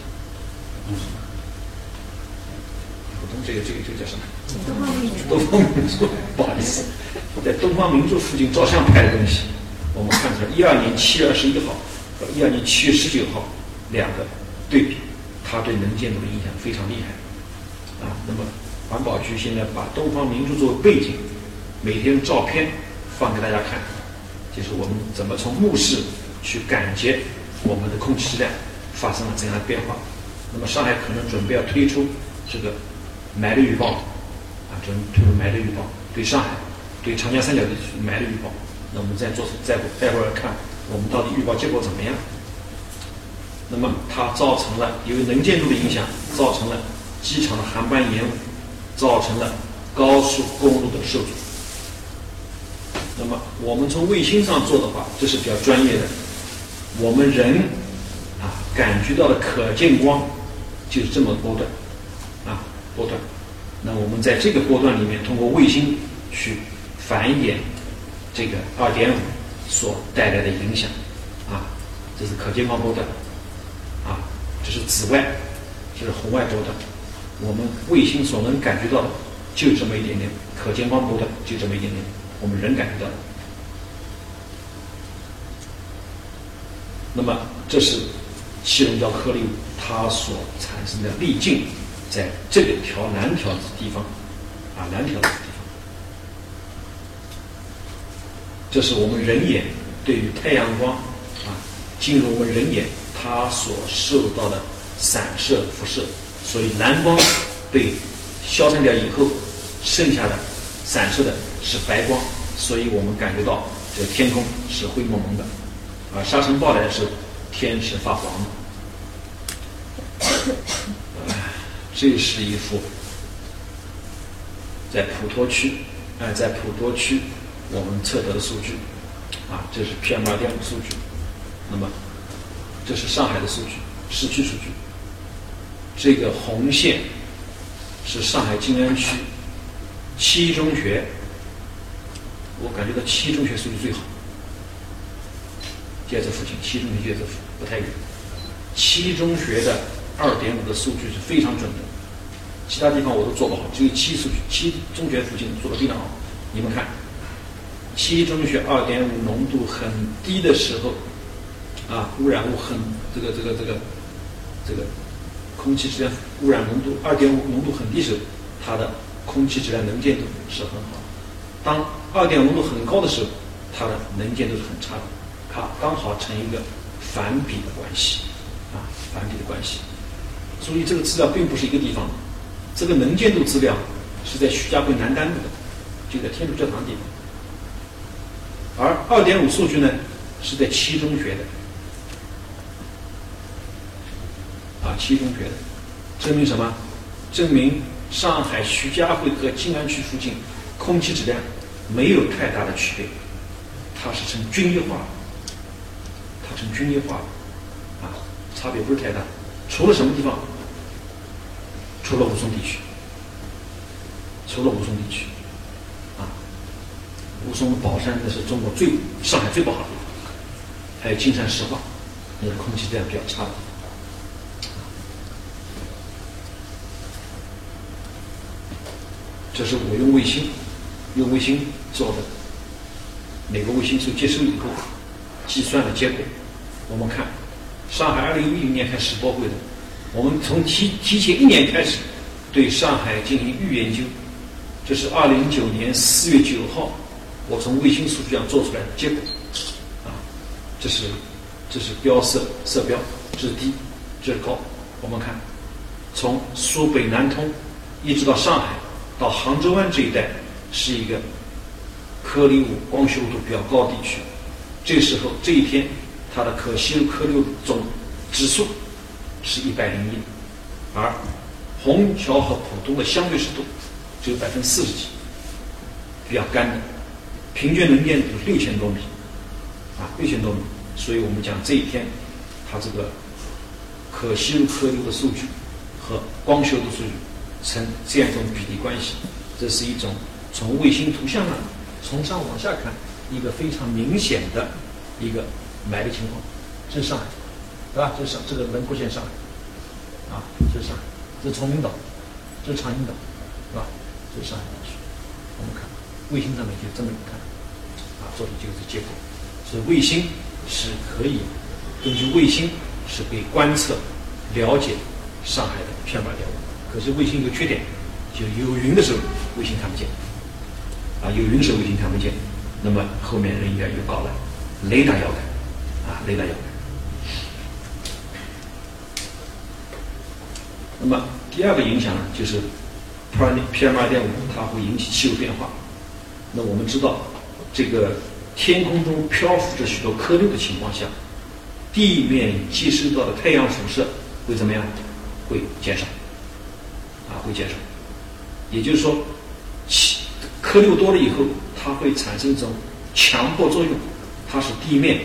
浦东这个叫什么？东方明珠，不好意思，在东方明珠附近照相拍的东西，我们看出来12年7月21号和12年7月19号两个对比，它对能见度的影响非常厉害那么环保局现在把东方明珠作为背景，每天照片放给大家看，就是我们怎么从目视去感觉我们的空气质量发生了怎样的变化。那么上海可能准备要推出这个霾的预报准备推出霾的预报，对上海对长江三角地区霾的预报。那我们待会儿看我们到底预报结果怎么样。那么它造成了由于能见度的影响，造成了机场的航班延误，造成了高速公路的受阻。那么我们从卫星上做的话，这是比较专业的，我们人感觉到的可见光就是这么波段波段。那我们在这个波段里面通过卫星去繁衍这个2.5所带来的影响这是可见光波段这是紫外，这是红外波段。我们卫星所能感觉到的就这么一点点，可见光波段就这么一点点，我们人感觉到的。那么这是气溶胶颗粒物它所产生的粒径，在这个蓝条的地方蓝条的地方，这是我们人眼对于太阳光进入我们人眼它所受到的散射辐射所以蓝光被消散掉以后，剩下的散射的是白光，所以我们感觉到这个天空是灰蒙蒙的，而沙尘暴来的时候，天是发黄的。这是一幅在普陀区，我们测得的数据，这是 PM2.5 数据。那么，这是上海的数据，市区数据。这个红线是上海静安区七中学，我感觉到七中学数据最好，就在这附近，七中学就在这不太远。七中学的2.5的数据是非常准的，其他地方我都做不好，只有七中学附近做得非常好。你们看，七中学2.5浓度很低的时候，污染物很这个空气质量污染浓度2.5浓度很低时候，它的空气质量能见度是很好的。当2.5浓度很高的时候，它的能见度是很差的，它刚好成一个反比的关系，反比的关系。注意，这个资料并不是一个地方的，这个能见度资料是在徐家汇南丹路的，就在天主教堂地方，而2.5数据呢是在七中学的。七中学的，证明什么？证明上海徐家汇和静安区附近空气质量没有太大的区别，它是呈均一化的，差别不是太大。除了什么地方？除了吴淞地区，吴淞宝山那是中国上海最不好的地方，还有金山石化，那是空气质量比较差的。这是我用卫星做的，每个卫星素接收以后计算的结果。我们看，上海2010年开始播会的，我们从提前1年开始对上海进行预研究。这是2009年4月9号，我从卫星数据上做出来的结果。这是标色标，这是低，这是高。我们看，从苏北南通一直到上海。到杭州湾这一带是一个颗粒物光修度比较高的地区，这时候这一天它的可吸入颗粒物总指数是101，而虹桥和浦东的相对湿度只有40%几，比较干的，平均能见度6000多米，6000多米。所以我们讲这一天它这个可吸入颗粒物的数据和光修度数据成这样一种比例关系，这是一种从卫星图像上从上往下看一个非常明显的一个霾的情况。这是上海，对吧？这个轮廓线上海，这是上海，这是崇明岛，这是长兴岛，是吧？这是上海地区。我们看卫星上面就这么看，做的就是结果。所以卫星是可以根据卫星是可以观测了解上海的PM2.5。可是卫星有个缺点，就有云的时候卫星看不见，有云的时候卫星看不见。那么后面人家又搞了雷达遥感，雷达遥感。那么第二个影响呢，就是 PM2.5 它会引起气候变化。那我们知道，这个天空中漂浮着许多颗粒的情况下，地面接收到的太阳辐射会怎么样？会减少。会减少，也就是说，颗粒多了以后，它会产生一种强迫作用，它使地面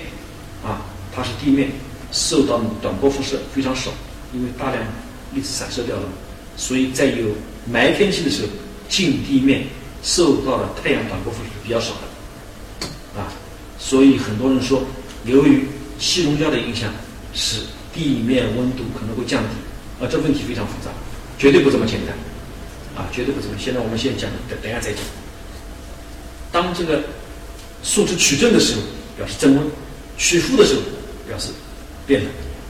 受到短波辐射非常少，因为大量粒子散射掉了，所以在有霾天气的时候，近地面受到的太阳短波辐射比较少的，所以很多人说，由于气溶胶的影响，使地面温度可能会降低，这问题非常复杂。绝对不这么简单，绝对不这么。现在我们先讲，等一下再讲。当这个数值取正的时候，表示增温；取负的时候，表示变冷。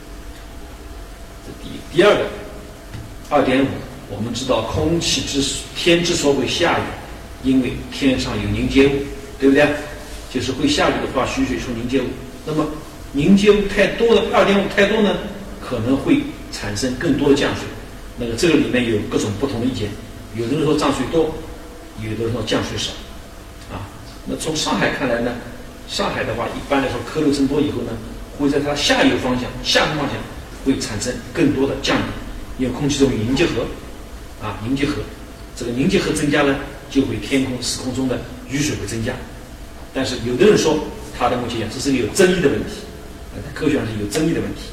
这第一。第二个，2.5，我们知道天之所以下雨，因为天上有凝结物，对不对？就是会下雨的话，蓄水出凝结物。那么凝结物太多的2.5太多呢，可能会产生更多的降水。 这个里面有各种不同的意见，有的人说涨水多，有的人说降水少，啊，那从上海看来呢，上海的话一般来说客流增多以后呢，会在它下游方向、下游方向会产生更多的降雨，因为空气中有凝结核，凝结核，这个凝结核增加呢，就会时空中的雨水会增加。但是有的人说，它的目前这是个有争议的问题，科学上是有争议的问题。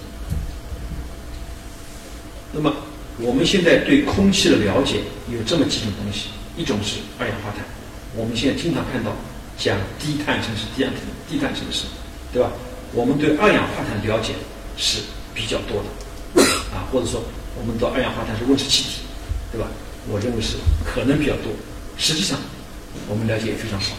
那么我们现在对空气的了解有这么几种东西，一种是二氧化碳，我们现在经常看到讲低碳城市、低碳城市，对吧？我们对二氧化碳了解是比较多的，或者说我们的二氧化碳是温室气体，对吧？我认为是可能比较多，实际上我们了解也非常少，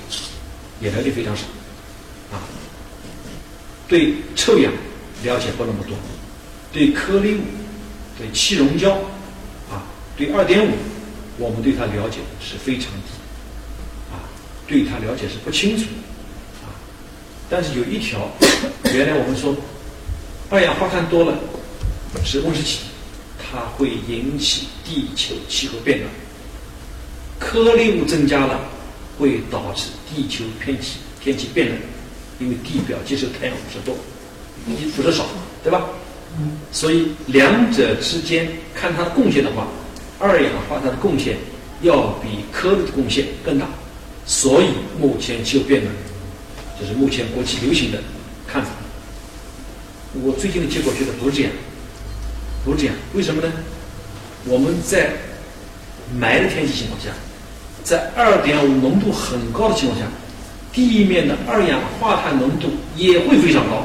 对臭氧了解不那么多，对颗粒物、对气溶胶，对2.5，我们对它了解是非常低，对它了解是不清楚，但是有一条，原来我们说二氧化碳多了是温室气体，它会引起地球气候变暖，颗粒物增加了会导致地球天气变冷，因为地表接受太阳辐射多，辐射少，对吧？所以两者之间看它的贡献的话，二氧化碳的贡献要比颗粒的贡献更大，所以目前气候变暖，这是目前国际流行的看法。我最近的结果觉得不是这样，为什么呢？我们在霾的天气情况下，在2.5浓度很高的情况下，地面的二氧化碳浓度也会非常高，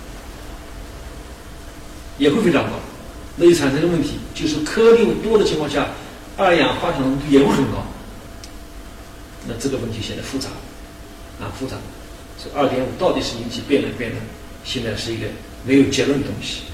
那就产生的问题就是颗粒物多的情况下，二氧化碳浓度也会很高。那这个问题现在复杂，这2.5到底是引起变冷，现在是一个没有结论的东西，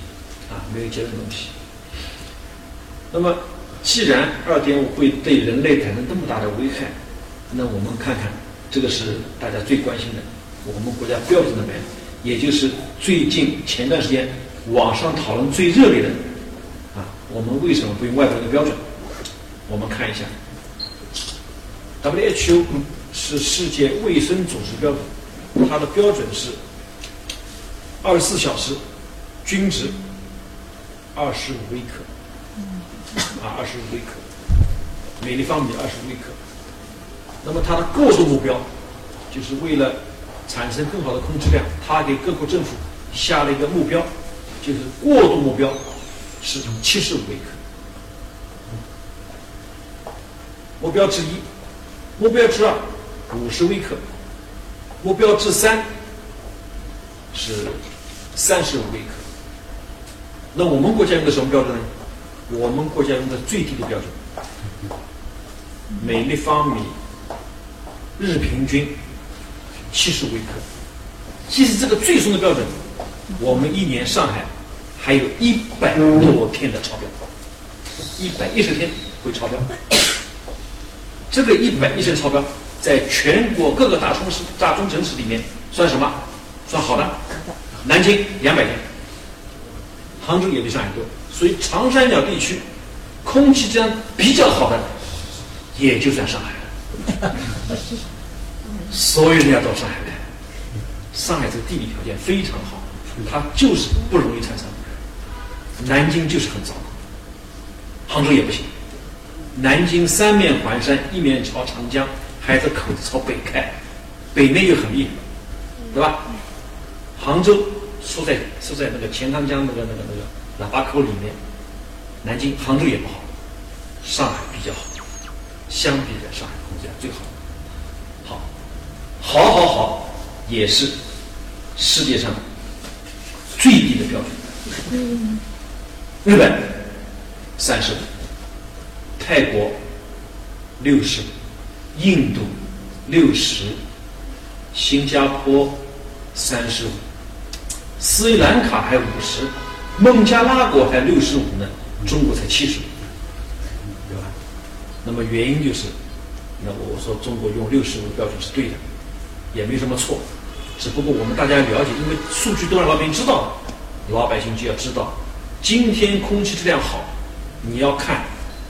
那么既然2.5会对人类产生这么大的危害，那我们看看，这个是大家最关心的，我们国家标准的没有，也就是最近前段时间网上讨论最热烈的，我们为什么不用外国人的标准？我们看一下 ，WHO 是世界卫生组织标准，它的标准是24小时均值25微克。25微克，每立方米25微克。那么它的过渡目标，就是为了产生更好的空气质量，它给各国政府下了一个目标，就是过渡目标是75微克。目标之一，目标之250微克，目标之3是35微克。那我们国家用的什么标准呢？我们国家用的最低的标准，每立方米日平均70微克。即使这个最松的标准，我们一年上海还有100多天的超标，110天会超标。这个110天超标，在全国各个大中城市里面算什么？算好的。南京200天，杭州也比上海多。所以长三角地区空气质量比较好的，也就算上海了。所有人要到上海来，上海这个地理条件非常好，它就是不容易产生污染。南京就是很糟糕，杭州也不行。南京3面环山，1面朝长江，还在口子朝北开，北面又很厉害，对吧？杭州说在那个钱塘江那个喇叭口里面，南京、杭州也不好，上海比较好，相比在上海空气最好。好，也是世界上最低的标准。日本35，泰国60，印度60，新加坡35，斯里兰卡还50。孟加拉国还65呢，中国才70，对吧？那么原因就是，那我说中国用65标准是对的，也没什么错，只不过我们大家了解，因为数据都让老百姓知道，老百姓就要知道，今天空气质量好，你要看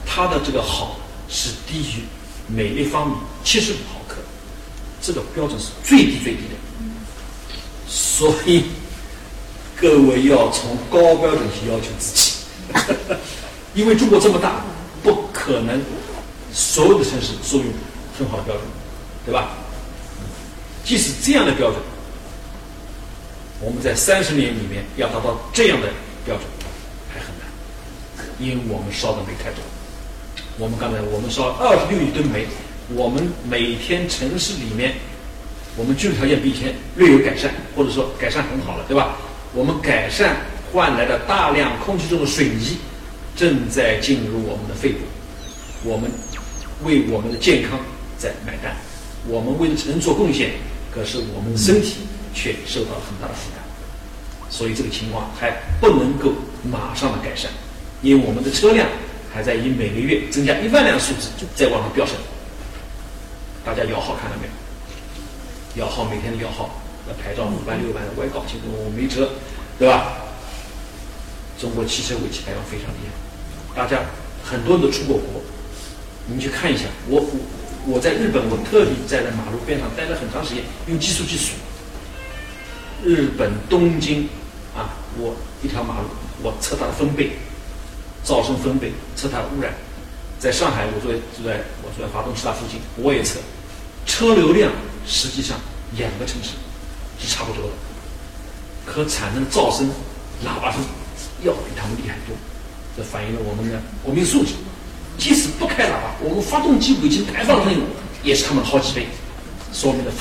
它的这个好是低于每立方米75毫克，这个标准是最低的。所以各位要从高标准去要求自己，因为中国这么大，不可能所有的城市都用很好的标准，对吧？即使这样的标准，我们在30年里面要达到这样的标准还很难，因为我们烧的煤太多。我们烧26亿吨煤，我们每天城市里面，我们居住条件比以前略有改善，或者说改善很好了，对吧？我们改善换来的大量空气中的水泥正在进入我们的肺部，我们为我们的健康在买单，我们为城做贡献，可是我们的身体却受到了很大的负担，所以这个情况还不能够马上的改善，因为我们的车辆还在以每个月增加1万辆的数字在往上飙升。大家摇号看到没有？摇号每天的摇号，那牌照5万6万，我也搞不清楚，我没车，对吧？中国汽车尾气排放非常厉害，大家很多人都出过国，你们去看一下。我在日本，我特地在那马路边上待了很长时间，用计数计数。日本东京啊，我一条马路，我测它的分贝。噪声分贝，测它的污染。在上海，我住在华东师大附近，我也测，车流量实际上2个城市是差不多的，可产生的噪声、喇叭声要比他们厉害多。这反映了我们的国民素质。即使不开喇叭，我们发动机尾气排放的内容也是他们好几倍，说明了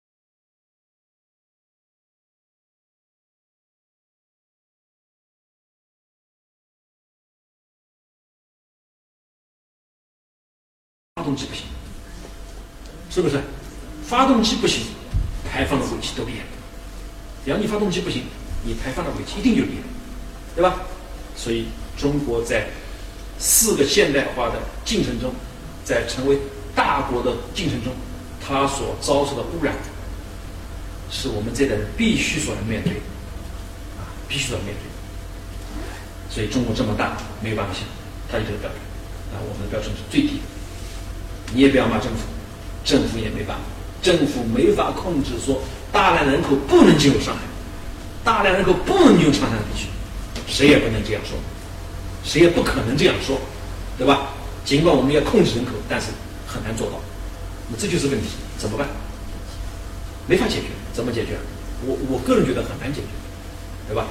发动机不行，是不是？发动机不行，排放的尾气都厉害。只要你发动机不行，你排放的尾气一定就厉害，对吧？所以中国在4个现代化的进程中，在成为大国的进程中，它所遭受的污染，是我们这代人必须所要面对，必须所要面对。所以中国这么大，没有办法想，它有这个标准，我们的标准是最低的。你也不要骂政府，政府也没办法，政府没法控制说大量人口不能进入上海，大量人口不能进入长江地区，谁也不能这样说，谁也不可能这样说，对吧？尽管我们要控制人口，但是很难做到。那这就是问题，怎么办？没法解决，怎么解决？我个人觉得很难解决，对吧？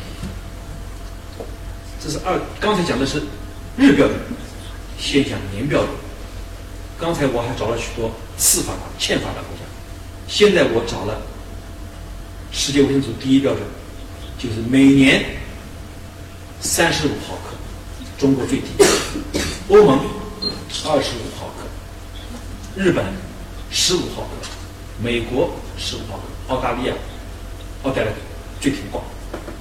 这是刚才讲的是日标准，先讲年标准。刚才我还找了许多次发达、欠发达国家，现在我找了世界卫生组第1标准，就是每年35毫克，中国最低，欧盟25毫克，日本15毫克，美国15毫克，澳大利亚最挺高，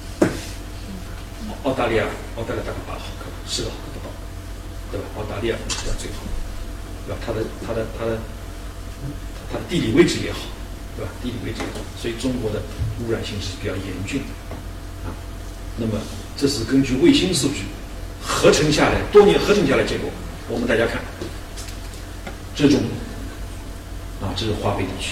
澳大利亚大概8毫克，10个毫克不到，对吧？澳大利亚是最好的。对吧？它的地理位置也好，对吧？地理位置也好，所以中国的污染性是比较严峻的，那么这是根据卫星数据多年合成下来结果。我们大家看，这是中国这是华北地区，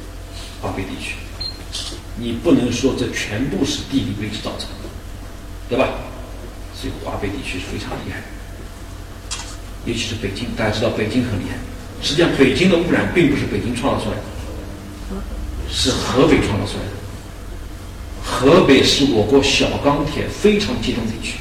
你不能说这全部是地理位置造成的，对吧？所以华北地区是非常厉害的。尤其是北京，大家知道北京很厉害。实际上，北京的污染并不是北京创造出来的，是河北创造出来的。河北是我国小钢铁非常集中地区，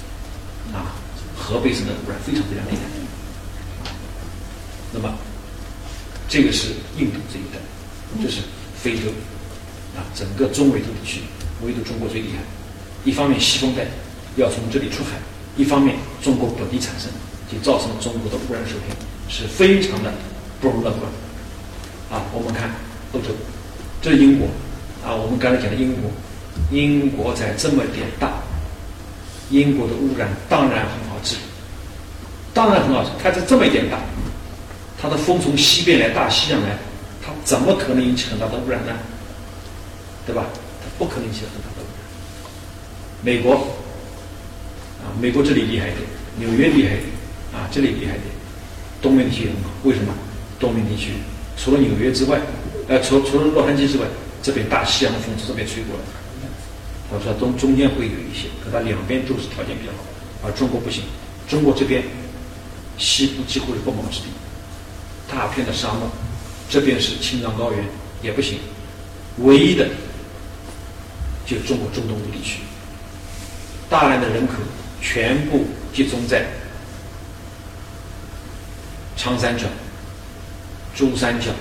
河北省的污染非常非常厉害。那么，这个是印度这一带，这是非洲，整个中纬度地区，唯独中国最厉害。一方面西风带要从这里出海，一方面中国本地产生。就造成中国的污染水平是非常的不容乐观。我们看欧洲，这是英国，我们刚才讲的英国才这么点大，英国的污染当然很好治，它才这么一点大，它的风从西边来，大西洋来，它怎么可能引起很大的污染呢？对吧？它不可能引起很大的污染。美国这里厉害一点，纽约厉害一点。 啊，这里厉害点。东面地区也很好，为什么？东面地区除了纽约之外，除了洛杉矶之外，这边大西洋的风从这边吹过来，他说中间会有一些，可它两边都是条件比较好，而中国不行，中国这边西部几乎是不毛之地，大片的沙漠，这边是青藏高原也不行，唯一的就中国中东部地区，大量的人口全部集中在长三角、珠三角，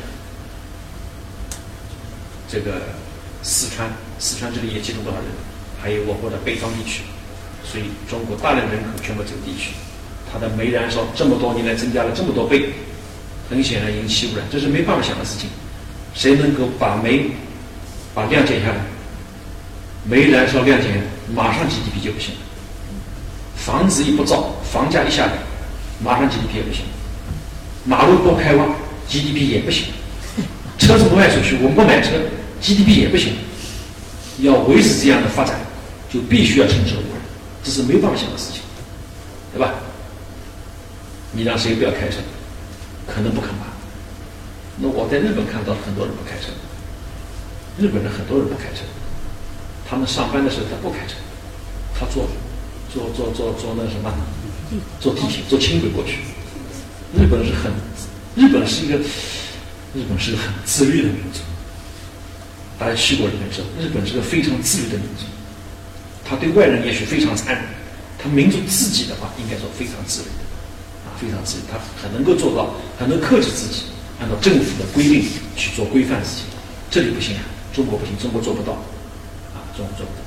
这个四川这里也集中多少人？还有我国的北方地区，所以中国大量人口全部这个地区，它的煤燃烧这么多年来增加了这么多倍，很显然引起污染，这是没办法想的事情。谁能够把量减下来？煤燃烧量减，马上 GDP 就不行了。房子一不造，房价一下来，马上 GDP 也不行。马路不开挖 ，GDP 也不行。车子不卖出去，我们不买车 ，GDP 也不行。要维持这样的发展，就必须要承受污染，这是没办法想的事情，对吧？你让谁不要开车，可能不肯吧？那我在日本看到很多人不开车，日本人很多人不开车，他们上班的时候他不开车，他坐那个什么，坐地铁、坐轻轨过去。日本是一个很自律的民族。大家去过日本之后，日本是个非常自律的民族，他对外人也许非常残忍，他民族自己的话应该说非常自律的，非常自律，他很能够做到，很能克制自己，按照政府的规定去做规范事情。这里不行啊，中国不行，中国做不到，中国做不到。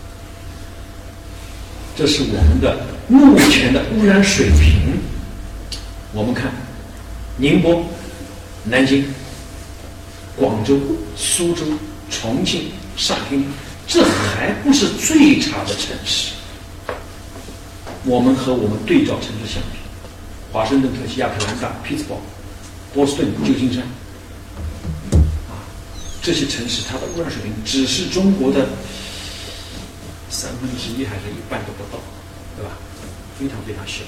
这是我们的目前的污染水平。我们看，宁波、南京、广州、苏州、重庆、上海，这还不是最差的城市。我们和我们对照城市相比，华盛顿特区、亚特兰大、匹兹堡、波士顿、旧金山，这些城市它的污染水平只是中国的1/3还是1半都不到，对吧？非常非常小。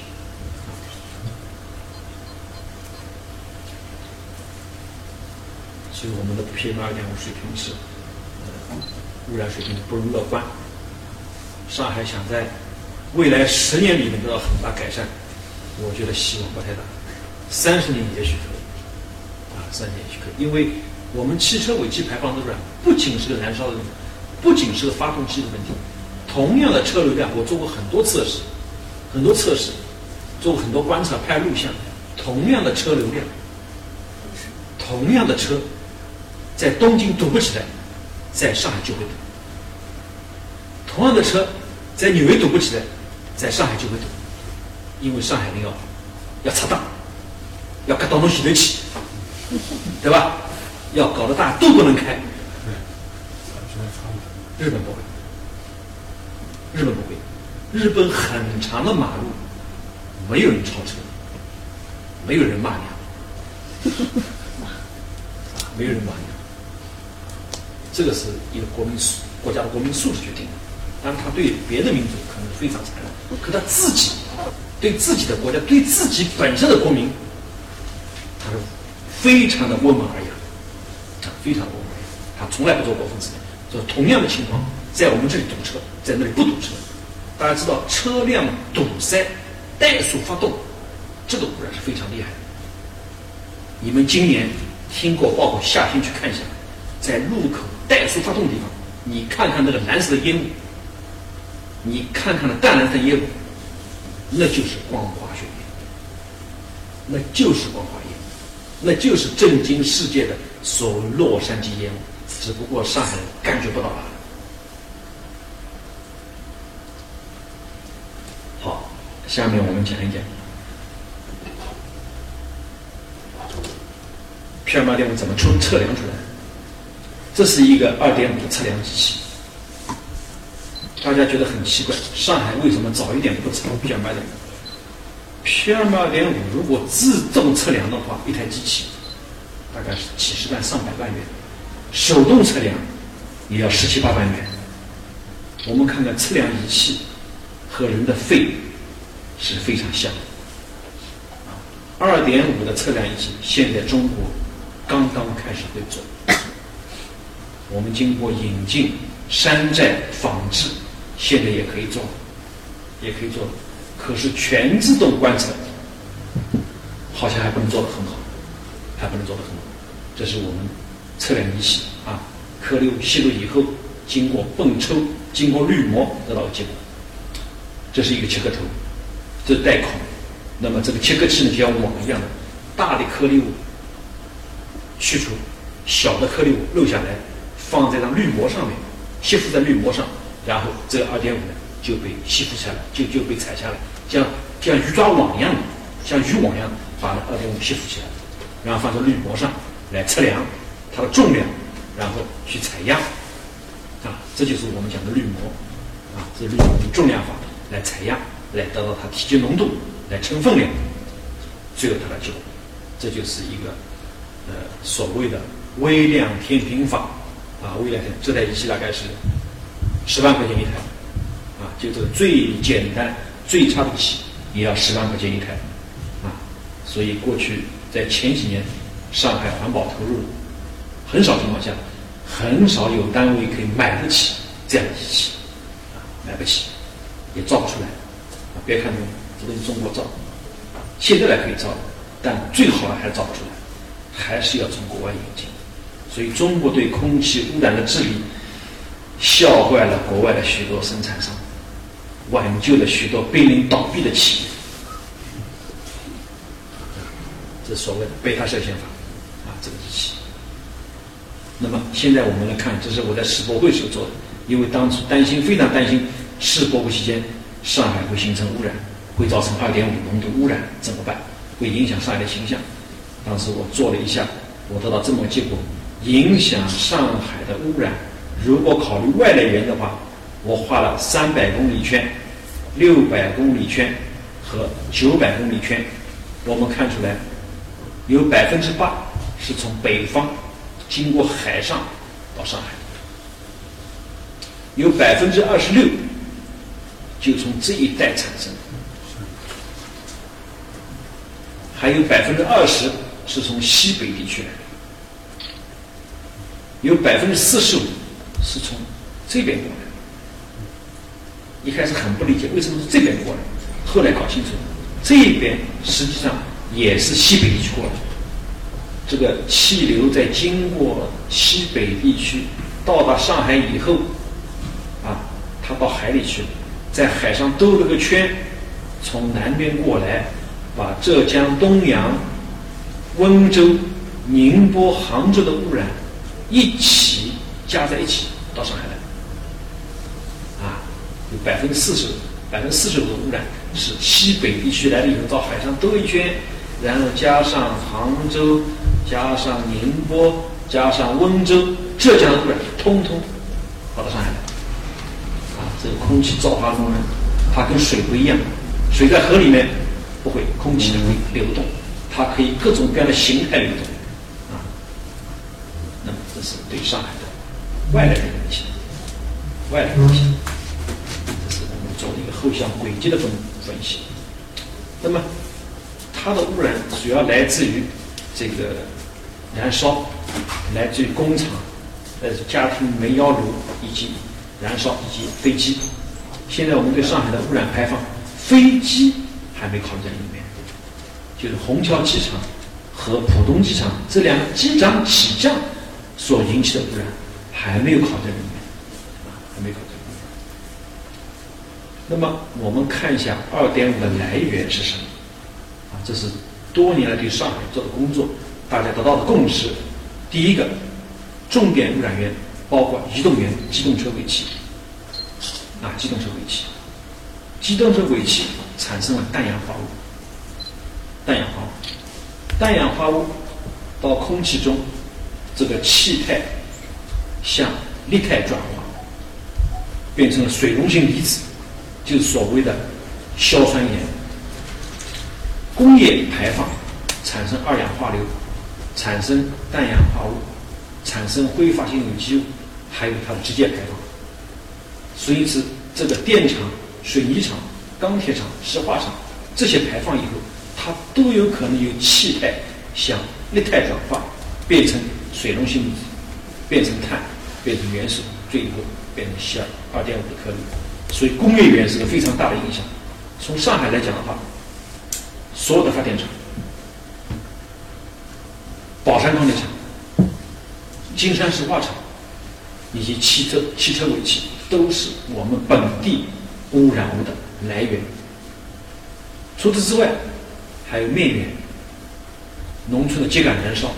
所以我们的PM2.5水平是污染水平不容乐观。上海想在未来10年里面得到很大改善，我觉得希望不太大。30年也许可以，30年也许可以，因为我们汽车尾气排放的污染不仅是个燃烧的问题，不仅是个发动机的问题。同样的车流量，我做过很多测试，做过很多观察，拍录像。同样的车流量，同样的车，在东京堵不起来，在上海就会堵；同样的车，在纽约堵不起来，在上海就会堵，因为上海人要擦档，要搞到东西头去，对吧？要搞得大家都不能开。日本不会，日本很长的马路，没有人超车，没有人骂娘，没有人骂娘。这个是一个国家的国民素质决定的。当然，他对别的民族可能非常残忍，可他自己对自己的国家、对自己本身的国民，他是非常的温文尔雅，非常的温文尔雅。他从来不做过分事情。就同样的情况，在我们这里堵车，在那里不堵车。大家知道，车辆堵塞、怠速发动，这个污染是非常厉害的。你们今年听过报告，夏天去看一下，在路口怠速发动的地方，你看看那个蓝色的烟雾，你看看那淡蓝色的烟雾，那就是光化学烟，那就是光化烟，那就是震惊世界的所谓洛杉矶烟雾，只不过上海人感觉不到罢了。好，下面我们讲一讲PM2.5怎么测量出来的。这是一个2.5的测量机器。大家觉得很奇怪，上海为什么早一点不测PM2.5？PM2.5如果自动测量的话，一台机器大概是几十万、上百万元，手动测量也要17、18万元。我们看看测量仪器和人的肺是非常像的， 2.5的测量仪器现在中国刚刚开始会做，我们经过引进山寨仿制，现在也可以做，可是全自动观测好像还不能做得很好，这是我们测量仪器啊，颗粒物吸入以后，经过泵抽，经过滤膜得到的结果。这是一个切割头，这是带孔。那么这个切割器呢，就像网一样的，大的颗粒物去除，小的颗粒物漏下来，放在滤膜上面，吸附在滤膜上，然后这个2.5呢就被吸附下来，就被采下来，像鱼抓网一样的，像渔网一样把那2.5吸附起来，然后放在滤膜上来测量它的重量，然后去采样啊，这就是我们讲的滤膜啊，这滤膜用重量法来采样，来得到它体积浓度，来称分量，最后它的结果，这就是一个所谓的微量天平法啊，微量天这台仪器大概是10万块钱一台啊，就这个最简单最差的仪器也要10万块钱一台啊，所以过去在前几年上海环保投入很少情况下，很少有单位可以买得起这样的仪器啊，买不起，也造不出来啊，别看这都是中国造，现在来可以造，但最好的还是造不出来，还是要从国外引进。所以中国对空气污染的治理笑坏了国外的许多生产商，挽救了许多濒临倒闭的企业。这所谓的贝塔射线法啊，这个仪器。那么现在我们来看，这是我在世博会时候做的，因为当初非常担心世博会期间上海会形成污染，会造成2.5浓度污染怎么办？会影响上海的形象。当时我做了一下，我得到这么个结果：影响上海的污染，如果考虑外来源的话，我画了300公里圈、600公里圈和900公里圈，我们看出来有8%是从北方经过海上到上海，有26%就从这一带产生，还有20%是从西北地区来的，有45%是从这边过来。一开始很不理解为什么是这边过来，后来搞清楚，这边实际上也是西北地区过来。这个气流在经过西北地区到达上海以后啊，它到海里去了，在海上兜了个圈，从南边过来，把浙江、东阳、温州、宁波、杭州的污染一起加在一起到上海来，啊，有40%的污染是西北地区来了以后到海上兜一圈，然后加上杭州、加上宁波、加上温州、浙江的污染，通通跑到上海来。啊，这个空气造化中呢，它跟水不一样，水在河里面不会，空气会流动，它可以各种各样的形态流动。啊，那么这是对上海的外来人的影响，这是我们做的一个后向轨迹的分析。那么它的污染主要来自于这个燃烧，来自于工厂，来自家庭煤窑炉以及燃烧以及飞机。现在我们对上海的污染排放，飞机还没考虑在里面，就是虹桥机场和浦东机场这两个机长起降所引起的污染还没有考虑在里面，还没考虑在里面。那么我们看一下2.5的来源是什么？这是多年来对上海做的工作，大家得到的共识。第一个，重点污染源包括移动源、机动车尾气。机动车尾气产生了氮氧化物，氮氧化物到空气中，这个气态向液态转化，变成了水溶性离子，就是所谓的硝酸盐。工业排放产生2氧化硫，产生氮氧化物，产生挥发性有机物，还有它的直接排放。所以这个电厂、水泥厂、钢铁厂、石化厂这些排放以后， 它都有可能由气态向液态转化，变成水溶性物质，变成碳，变成元素，最后变成硒2.5的颗粒。所以工业园是个非常大的影响。从上海来讲的话，所有的发电厂、宝山钢铁厂、金山石化厂以及汽车尾气，都是我们本地污染物的来源。除此之外，还有煤源、农村的秸秆燃烧，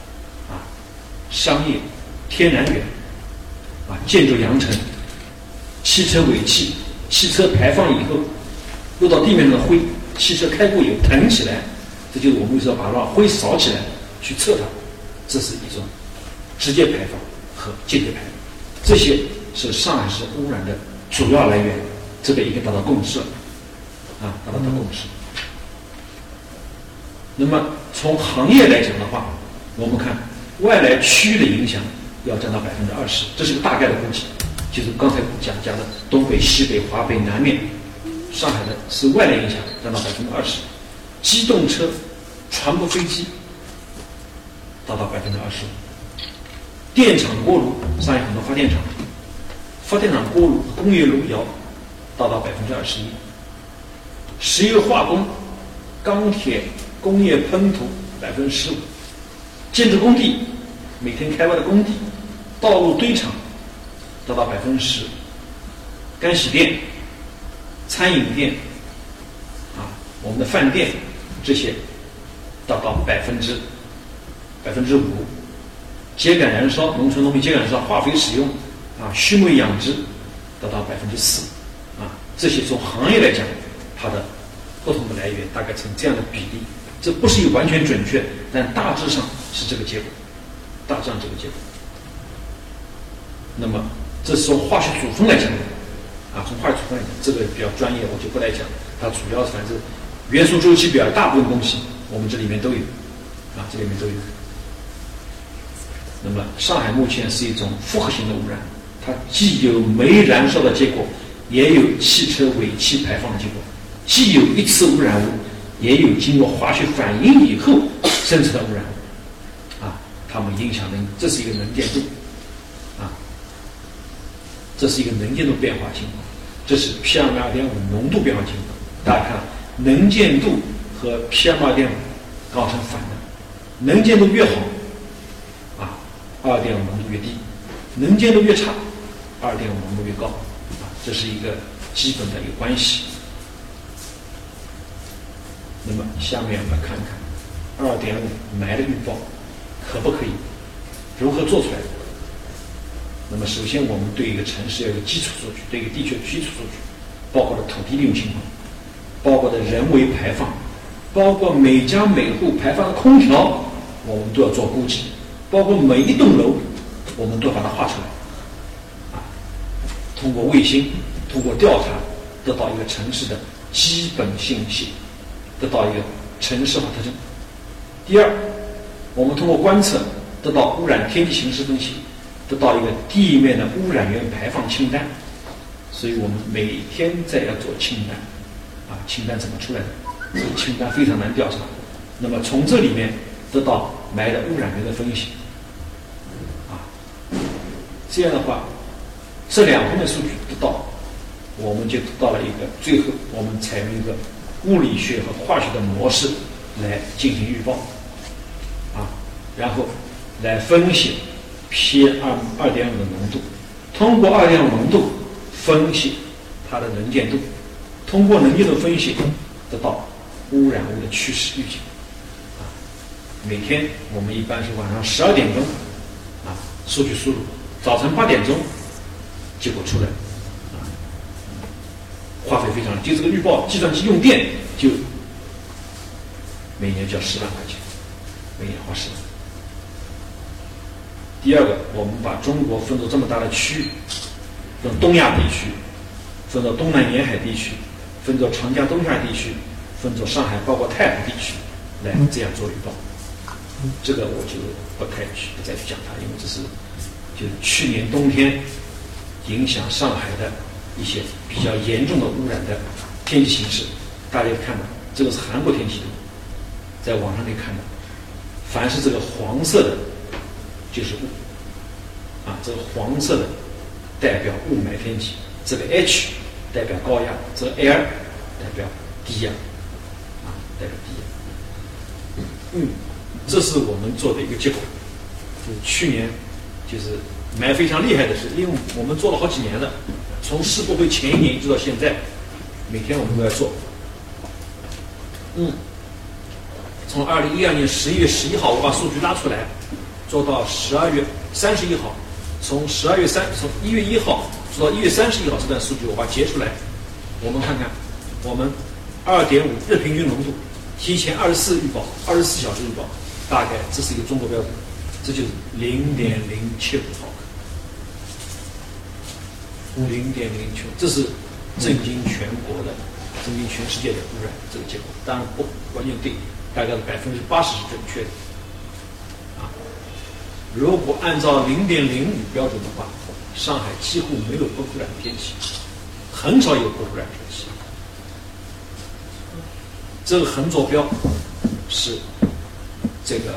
商业、天然源，建筑扬尘、汽车尾气、汽车排放以后落到地面上的灰，汽车开过以后腾起来，这就是我们为什么把它灰扫起来去测它，这是一种直接排放和间接排放，这些是上海市污染的主要来源，这个应该达到共识了，达到共识。那么从行业来讲的话，我们看外来区域的影响要占到20%，这是个大概的估计，就是刚才讲的东北、西北、华北、南面，上海的是外来影响占到20%，机动车、船舶、飞机达到25%，电厂锅炉，上海很多发电厂锅炉、工业炉窑达到21%，石油化工、钢铁、工业喷涂15%，建筑工地每天开挖的工地、道路堆场达到10%，干洗店、餐饮店我们的饭店这些达到5%，秸秆燃烧、农村农民秸秆燃烧、化肥使用畜牧业养殖达到4%，这些从行业来讲，它的不同的来源大概成这样的比例，这不是完全准确，但大致上是这个结果，那么这是从化学组分来讲从化学组分来讲，这个比较专业，我就不来讲。它主要反正元素周期表大部分东西我们这里面都有，这里面都有。那么上海目前是一种复合型的污染，它既有煤燃烧的结果，也有汽车尾气排放的结果，既有一次污染物，也有经过化学反应以后生成的污染物，它们影响的，这是一个能见度，这是一个能见度变化情况，这是 PM2.5 浓度变化情况。大家看，能见度和 PM2.5 刚好成反的，能见度越好，2.5浓度越低；能见度越差，2.5浓度越高，这是一个基本的一个关系。那么下面我们来看看2.5霾的预报可不可以，如何做出来的？那么首先我们对一个城市要有基础数据，对一个地区的基础数据，包括了土地利用情况，包括的人为排放，包括每家每户排放的空调，我们都要做估计，包括每一栋楼我们都要把它画出来，通过卫星，通过调查，得到一个城市的基本信息，得到一个城市化特征。第二，我们通过观测得到污染天气形势分析，得到一个地面的污染源排放清单。所以我们每天要做清单，清单怎么出来的？这个清单非常难调查。那么从这里面得到霾的污染源的分析，这样的话，这两方面数据得到，我们就得到了一个，最后我们采用一个物理学和化学的模式来进行预报，然后来分析 PM2.5 的浓度，通过2.5浓度分析它的能见度，通过能见度分析得到污染物的趋势预警。每天我们一般是晚上12点钟数据输入，早晨8点钟结果出来，花费非常，就这个预报计算机用电就每年就要10万块钱，每年花10万。第二个，我们把中国分作这么大的区域，分东亚地区，分作东南沿海地区，分作长江东下地区，分作上海包括太湖地区，来这样做预报。这个我就不再去讲它，因为这是就是去年冬天影响上海的一些比较严重的污染的天气形势。大家看到这个是韩国天气图， 在网上可以看到，凡是这个黄色的，就是雾，啊，这个黄色的代表雾霾天气，这个 H 代表高压，这个 L 代表低压，啊，代表低压。这是我们做的一个结果。就是去年，就是霾非常厉害的是，因为我们做了好几年了，从世博会前一年一直到现在，每天我们都在做。从2012年11月11号，我把数据拉出来，做到12月31号，从1月1号做到1月31号这段数据，我把它截出来，我们看看，我们2.5日平均浓度，提前24小时预报，大概这是一个中国标准，这就是0.075毫克，0.075，这是震惊全国的、震惊全世界的污染这个结果，当然不完全对。大概是80%是准确的，啊，如果按照0.05标准的话，上海几乎没有不污染的天气，很少有不污染天气。这个横坐标是这个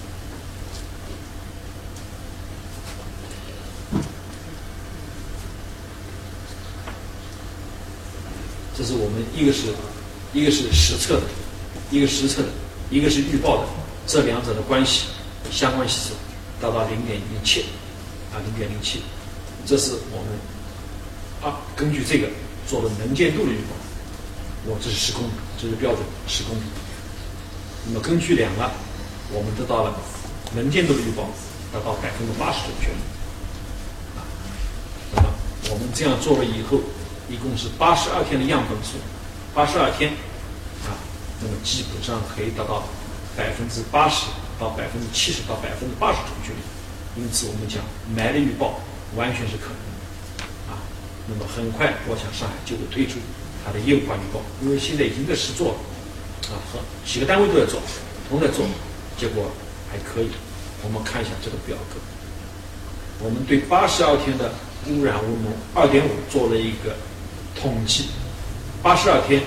这是我们一个是实测的，一个实测的。一个是预报的，这两者的关系相关系数达到0.07，啊，0.07，这是我们根据这个做了能见度的预报，这是10公里，这是标准10公里。那么根据两个，我们得到了能见度的预报达到80%准确，啊，那么我们这样做了以后，一共是82天的样本数，82天。那么基本上可以达到80%到70%到80%准确率，因此我们讲霾的预报完全是可能的，啊，那么很快我想上海就会推出它的业务化预报，因为现在已经在实做了，啊，和几个单位都在做，同在做，结果还可以。我们看一下这个表格，我们对82天的污染物浓2.5做了一个统计，82天。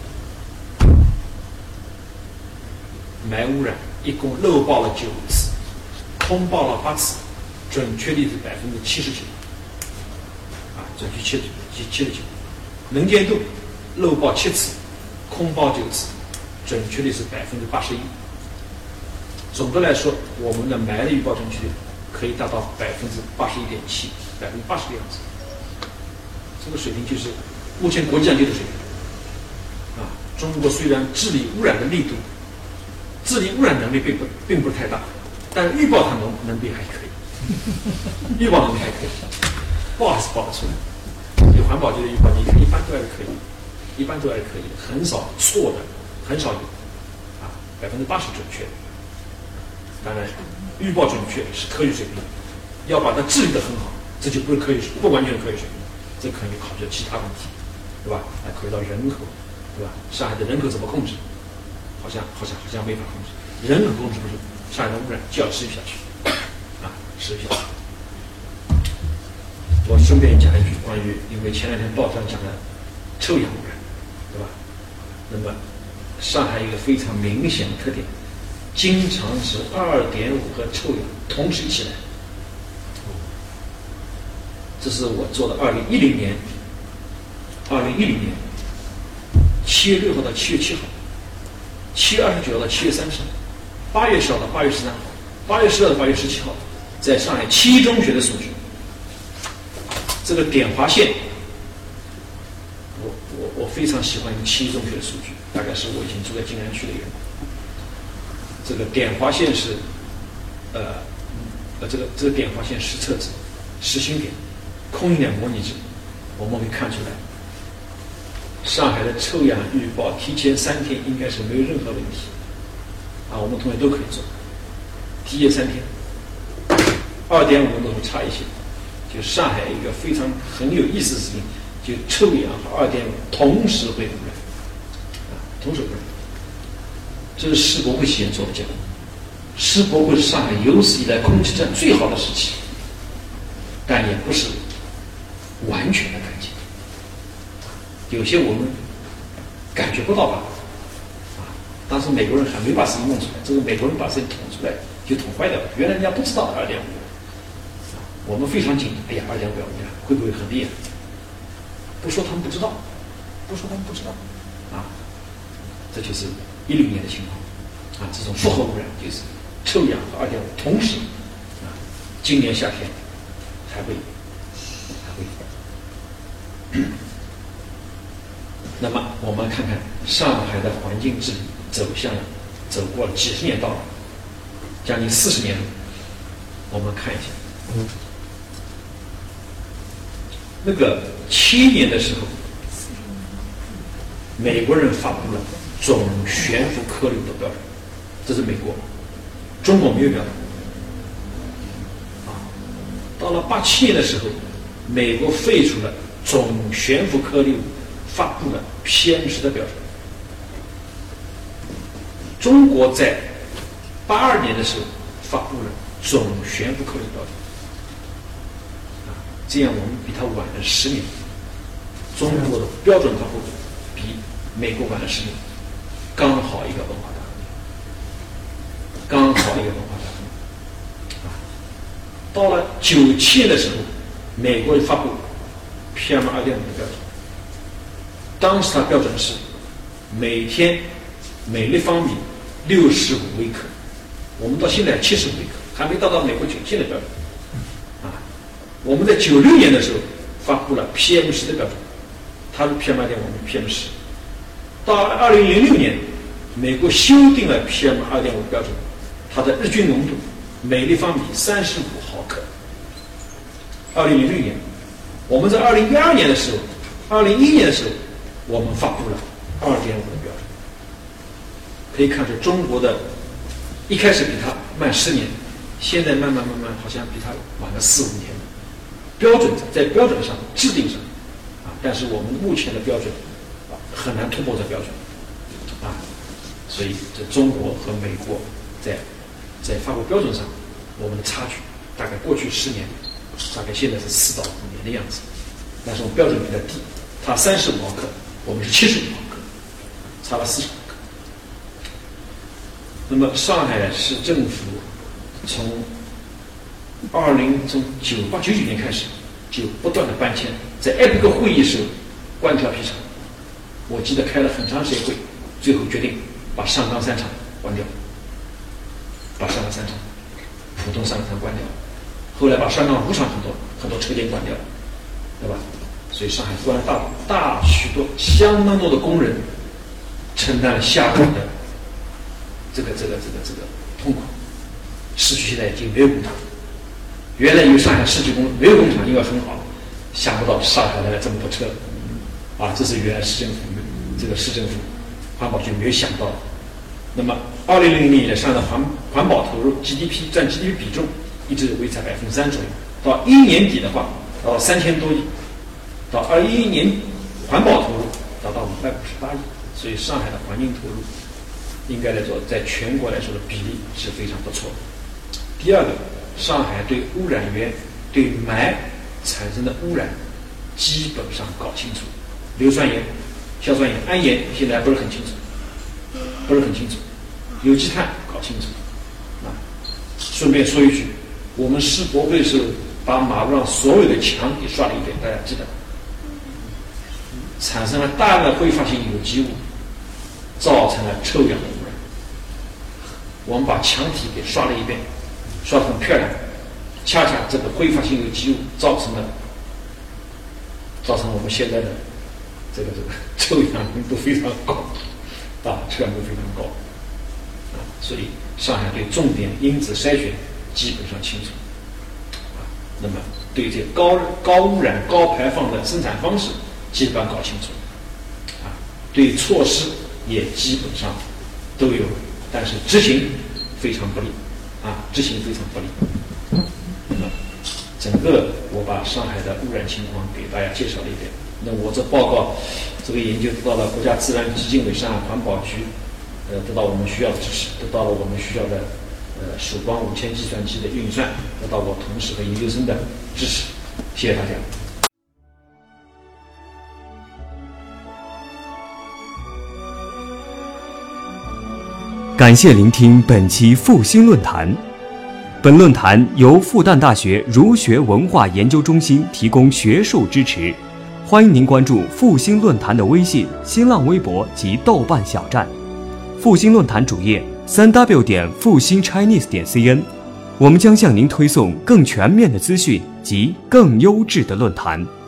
霾污染一共漏报了9次，空报了8次，准确率是79%，啊，准确79%。能见度漏报7次，空报9次，准确率是81%。总的来说，我们的霾的预报准确率可以达到81.7%，80%的样子。这个水平就是目前国际上就的水平。啊，中国虽然治理污染的力度。治理污染能力并不是太大，但是预报它能力还可以，预报能力还可以，报还是报得出来。有环保局的预报，你看一般都还是可以，一般都还是可以，很少错的，很少有，啊，80%准确。当然，预报准确是科学水平，要把它治理得很好，这就不是科学，不完全是科学水平，这可能考虑到其他问题，对吧？还考虑到人口，对吧？上海的人口怎么控制？好像没法控制，人口控制不住，上海的污染就要持续下去，啊，持续下去。我顺便讲一句关于，因为前2天报上讲的臭氧污染，对吧？那么上海一个非常明显的特点，经常是2.5和臭氧同时起来。这是我做的2010年7月6号到7月7号。7月29号到7月30号，8月10号到8月13号，8月12号到8月17号，在上海7中学的数据。这个点划线，我非常喜欢7中学的数据，大概是我以前住在静安区的人。这个点划线是，这个点划线实测值、实心点、空运量模拟值，我们会看出来。上海的臭氧预报提前3天应该是没有任何问题，啊，我们同学都可以做。提前3天，2.5浓度会差一些。就上海一个很有意思的事情，就臭氧和2.5同时会污染，啊，同时污染。这是世博会期间做的结果。世博会是上海有史以来空气质量最好的时期，但也不是完全的干净。有些我们感觉不到吧，啊， 当时美国人还没把事情弄出来，这个美国人把事情捅出来就捅坏掉了。原来人家不知道2.5，我们非常紧张。哎呀，2.5秒会不会很厉害？不说他们不知道，啊，这就是10年的情况啊。这种复合污染就是臭氧和2.5同时啊，今年夏天还会。那么我们看看上海的环境治理走过了几十年道路，将近40年了。我们看一下，那个7年的时候，美国人发布了总悬浮颗粒的标准，这是美国，中国没有标准。到了87年的时候，美国废除了总悬浮颗粒发布了 PM10的标准。中国在82年的时候发布了总悬浮颗粒标准，这样我们比他晚了10年。中国的标准发布比美国晚了10年，刚好一个文化大革命。到了97年的时候，美国发布 PM2.5的标准，当时它标准是每天每立方米65微克，我们到现在75微克，还没达到美国97的标准。我们在96年的时候发布了 PM10的标准，它是 PM2.5，我们 PM10。到2006年，美国修订了 PM2.5标准，它的日均浓度每立方米35毫克。2006年，我们在2012年的时候，2011年的时候，我们发布了2.5的标准。可以看出中国的一开始比它慢10年，现在慢慢好像比它晚了4、5年。标准在标准上制定上但是我们目前的标准很难突破这标准所以这中国和美国在发布标准上，我们的差距大概过去10年，大概现在是4到5年的样子。但是我们标准比较低，它35毫克，我们是75毫克，差了40毫克。那么上海市政府从98、99年开始就不断的搬迁，在APEC会议时官调皮厂，我记得开了很长时间会，最后决定把上钢3厂关掉，把上钢3厂普通上钢厂关掉，后来把上钢5厂很多车间关掉，对吧？所以上海关了许多相当多的工人承担了下岗的这个痛苦。市区现在已经没有工厂，原来有上海市区没有工厂，因为很好，想不到上海来了这么多车这是原来市政府环保局没有想到的。那么2000年以来，上海的环保投入占 GDP 比重一直维持在3%左右，到1年底的话到3000多亿，到21年环保投入达到558亿，所以上海的环境投入应该来说在全国来说的比例是非常不错的。第二个，上海对污染源对霾产生的污染基本上搞清楚，硫酸盐、硝酸盐、氨盐现在还不是很清楚，有机碳搞清楚顺便说一句，我们世博会是把马路上所有的墙给刷了一遍，大家记得产生了大量的挥发性有机物，造成了臭氧的污染。我们把墙体给刷了一遍，刷得很漂亮，恰恰这个挥发性有机物造成我们现在的这个臭氧浓度非常高臭氧浓度非常高所以上海对重点因子筛选基本上清楚那么对这高污染高排放的生产方式基本上搞清楚对措施也基本上都有，但是执行非常不利那么整个我把上海的污染情况给大家介绍了一遍。那我这报告这个研究得到了国家自然基金委、上海环保局得到我们需要的支持，得到了我们需要的曙光5000计算机的运算，得到我同事和研究生的支持。谢谢大家。 感谢聆听本期复兴论坛。本论坛由复旦大学儒学文化研究中心提供学术支持，欢迎您关注复兴论坛的微信、新浪微博及豆瓣小站。复兴论坛主页3w 复兴 Chinese.cn， 我们将向您推送更全面的资讯及更优质的论坛。